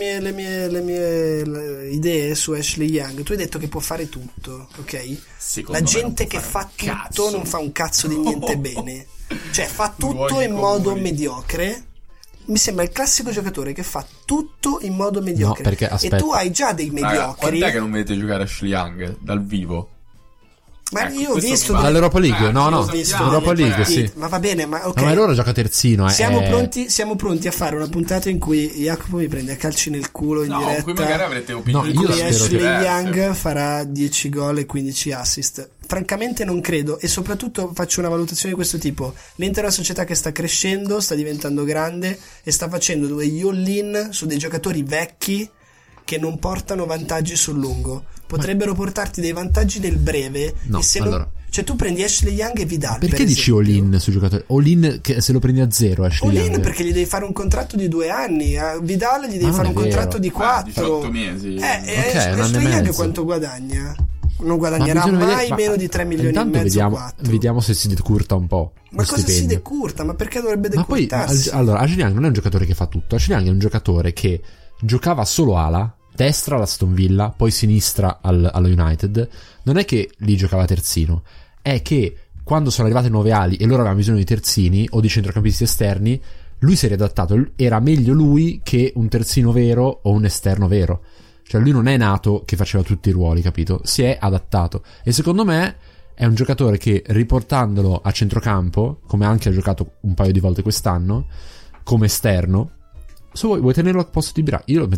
mie idee su Ashley Young. Tu hai detto che può fare tutto, ok? La gente che fa tutto non fa un cazzo di niente bene. Cioè fa tutto in modo mediocre. Mi sembra il classico giocatore che fa tutto in modo mediocre. No, perché aspetta. E tu hai già dei mediocri. Quant'è che non vedete giocare Ashley Young dal vivo? Ma io ho visto dall'Europa League, l'Europa League, sì. Ma va bene, ma ok. Ma allora gioca terzino, Siamo pronti a fare una puntata in cui Jacopo mi prende a calci nel culo in diretta. Qui magari avrete opinioni. Io spero Ashley Young farà 10 gol e 15 assist. Francamente non credo, e soprattutto faccio una valutazione di questo tipo. L'Inter è una società che sta crescendo, sta diventando grande e sta facendo degli all-in su dei giocatori vecchi che non portano vantaggi sul lungo. Potrebbero portarti dei vantaggi nel breve. No, e se allora. Cioè tu prendi Ashley Young e Vidal. Perché dici all-in su giocatori? All-in che se lo prendi a zero Ashley Young? All-in perché gli devi fare un contratto di 2 anni. A Vidal gli devi fare un contratto di 4. 18 mesi. Ashley Young quanto guadagna? Non guadagnerà mai meno di 3 milioni e mezzo. Vediamo se si decurta un po'. Ma cosa si decurta? Ma perché dovrebbe decurtarsi? Ma poi allora Ashley Young non è un giocatore che fa tutto. Ashley Young è un giocatore che giocava solo ala, destra all'Aston Villa, poi sinistra allo United. Non è che lì giocava terzino, è che quando sono arrivate nuove ali e loro avevano bisogno di terzini o di centrocampisti esterni, lui si è riadattato. Era meglio lui che un terzino vero o un esterno vero. Cioè lui non è nato che faceva tutti i ruoli, capito? Si è adattato. E secondo me è un giocatore che, riportandolo a centrocampo, come anche ha giocato un paio di volte quest'anno, come esterno, se vuoi tenerlo al posto di Biraghi, io lo metterei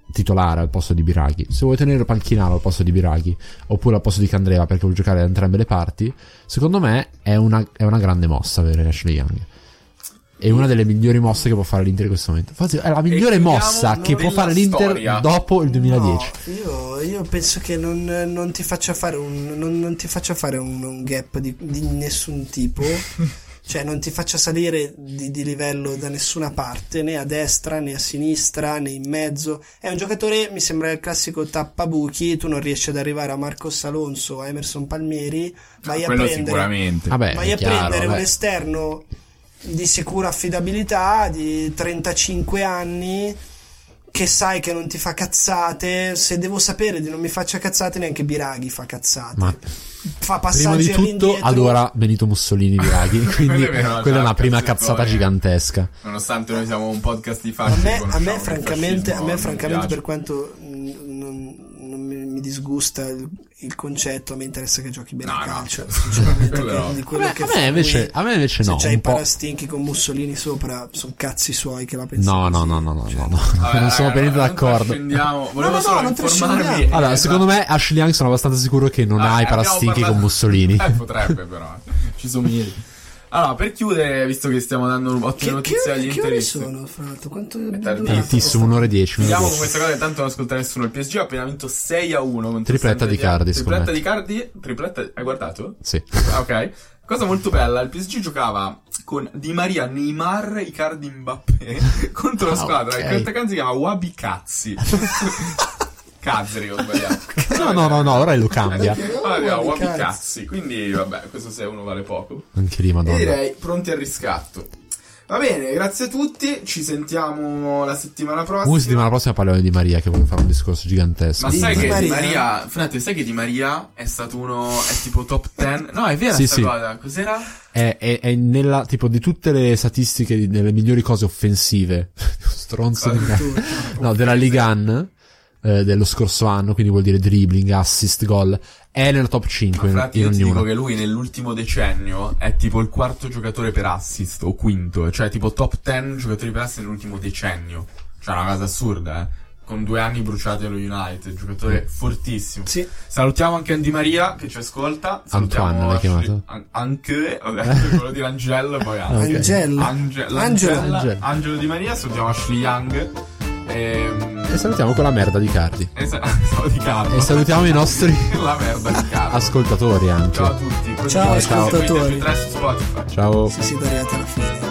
titolare al posto di Biraghi, se vuoi tenere Panchinaro al posto di Biraghi oppure al posto di Candreva perché vuoi giocare da entrambe le parti, secondo me è una grande mossa avere Ashley Young. È una delle migliori mosse che può fare l'Inter in questo momento. Infatti è la migliore mossa che può fare l'Inter storia. dopo il 2010. No, io penso che non ti faccia fare un gap di nessun tipo. Cioè non ti faccia salire di livello da nessuna parte, né a destra né a sinistra né in mezzo. È un giocatore, mi sembra il classico tappabuchi. Tu non riesci ad arrivare a Marcos Alonso o a Emerson Palmieri, vai a prendere sicuramente. Vabbè, vai a chiaro, prendere un vabbè. esterno di sicura affidabilità di 35 anni che sai che non ti fa cazzate. Se devo sapere di non mi faccia cazzate, neanche Biraghi fa cazzate. Ma fa prima passaggi di tutto all'indietro. adora Benito Mussolini Biraghi, quindi Quello è vero, quella è una prima cazzo, cazzata poi. gigantesca. Nonostante noi siamo un podcast di A fasci, me francamente per per quanto non mi disgusta il concetto, a me interessa che giochi bene No, a no. calcio, sinceramente. Però- Di quello che A fa me invece lui, no, se c'hai un i po'. parastinchi con Mussolini sopra, sono cazzi suoi che la pensano No, così. no. Vabbè, Non sono per niente d'accordo. Volevo no, solo non informarvi. trascendiamo. Allora, secondo me Ashley Young sono abbastanza sicuro che non ha i parastinchi con Mussolini. Potrebbe però. Ci somigli. Allora, per chiudere, visto che stiamo dando ottime notizie agli che ore interisti. sono, fra l'altro? Quanto è Tantissimo, un'ora e 10. Chiudiamo con questa cosa che tanto non ascolta nessuno. Il PSG ha appena vinto 6-1 contro Tripletta il di Cardi, Tripletta scommetto. di Cardi. Tripletta. Hai guardato? Sì. Ah, ok. Cosa molto bella, il PSG giocava con Di Maria, Neymar, Icardi, Mbappé contro la squadra ok. che questa canzone si chiama Wabi Cazzi. Cazzeri, ho sbagliato. No, ora lo cambia. Allora, Wabi Cazzi. Quindi, vabbè, questo 6-1 vale poco. Anche lì, E madonna. direi pronti al riscatto. Va bene, grazie a tutti. Ci sentiamo la settimana prossima. La settimana prossima parliamo di Maria che vuole fare un discorso gigantesco. Ma sai Di che Di Maria? Maria, Fnate, sai che Di Maria è stato uno, è tipo top 10? No, è vera Sì, sta sì. cosa. Cos'era? È nella, tipo, di tutte le statistiche, delle migliori cose offensive. Stronzo di me. No, della Liga 1, dello scorso anno, quindi vuol dire dribbling, assist, gol. È nella top 5 Infatti in io ti dico ognuno. che lui nell'ultimo decennio è tipo il quarto giocatore per assist, o quinto, cioè tipo top 10 giocatori per assist nell'ultimo decennio. Cioè una cosa assurda, eh. Con 2 anni bruciati allo United, giocatore fortissimo. Sì. Salutiamo anche Di Maria che ci ascolta. Salutiamo Antoine l'hai Ashley- chiamato? Anche, ho detto quello di Angelo, poi Angelo Di Maria, salutiamo Ashley Young. E salutiamo quella merda di Cardi. Di Carlo. E salutiamo i nostri la merda di Carlo. ascoltatori anche. Ciao a tutti. Ciao, ascoltatori. Seguite più 3 su Spotify. Ciao. Se siete arrivati alla fine.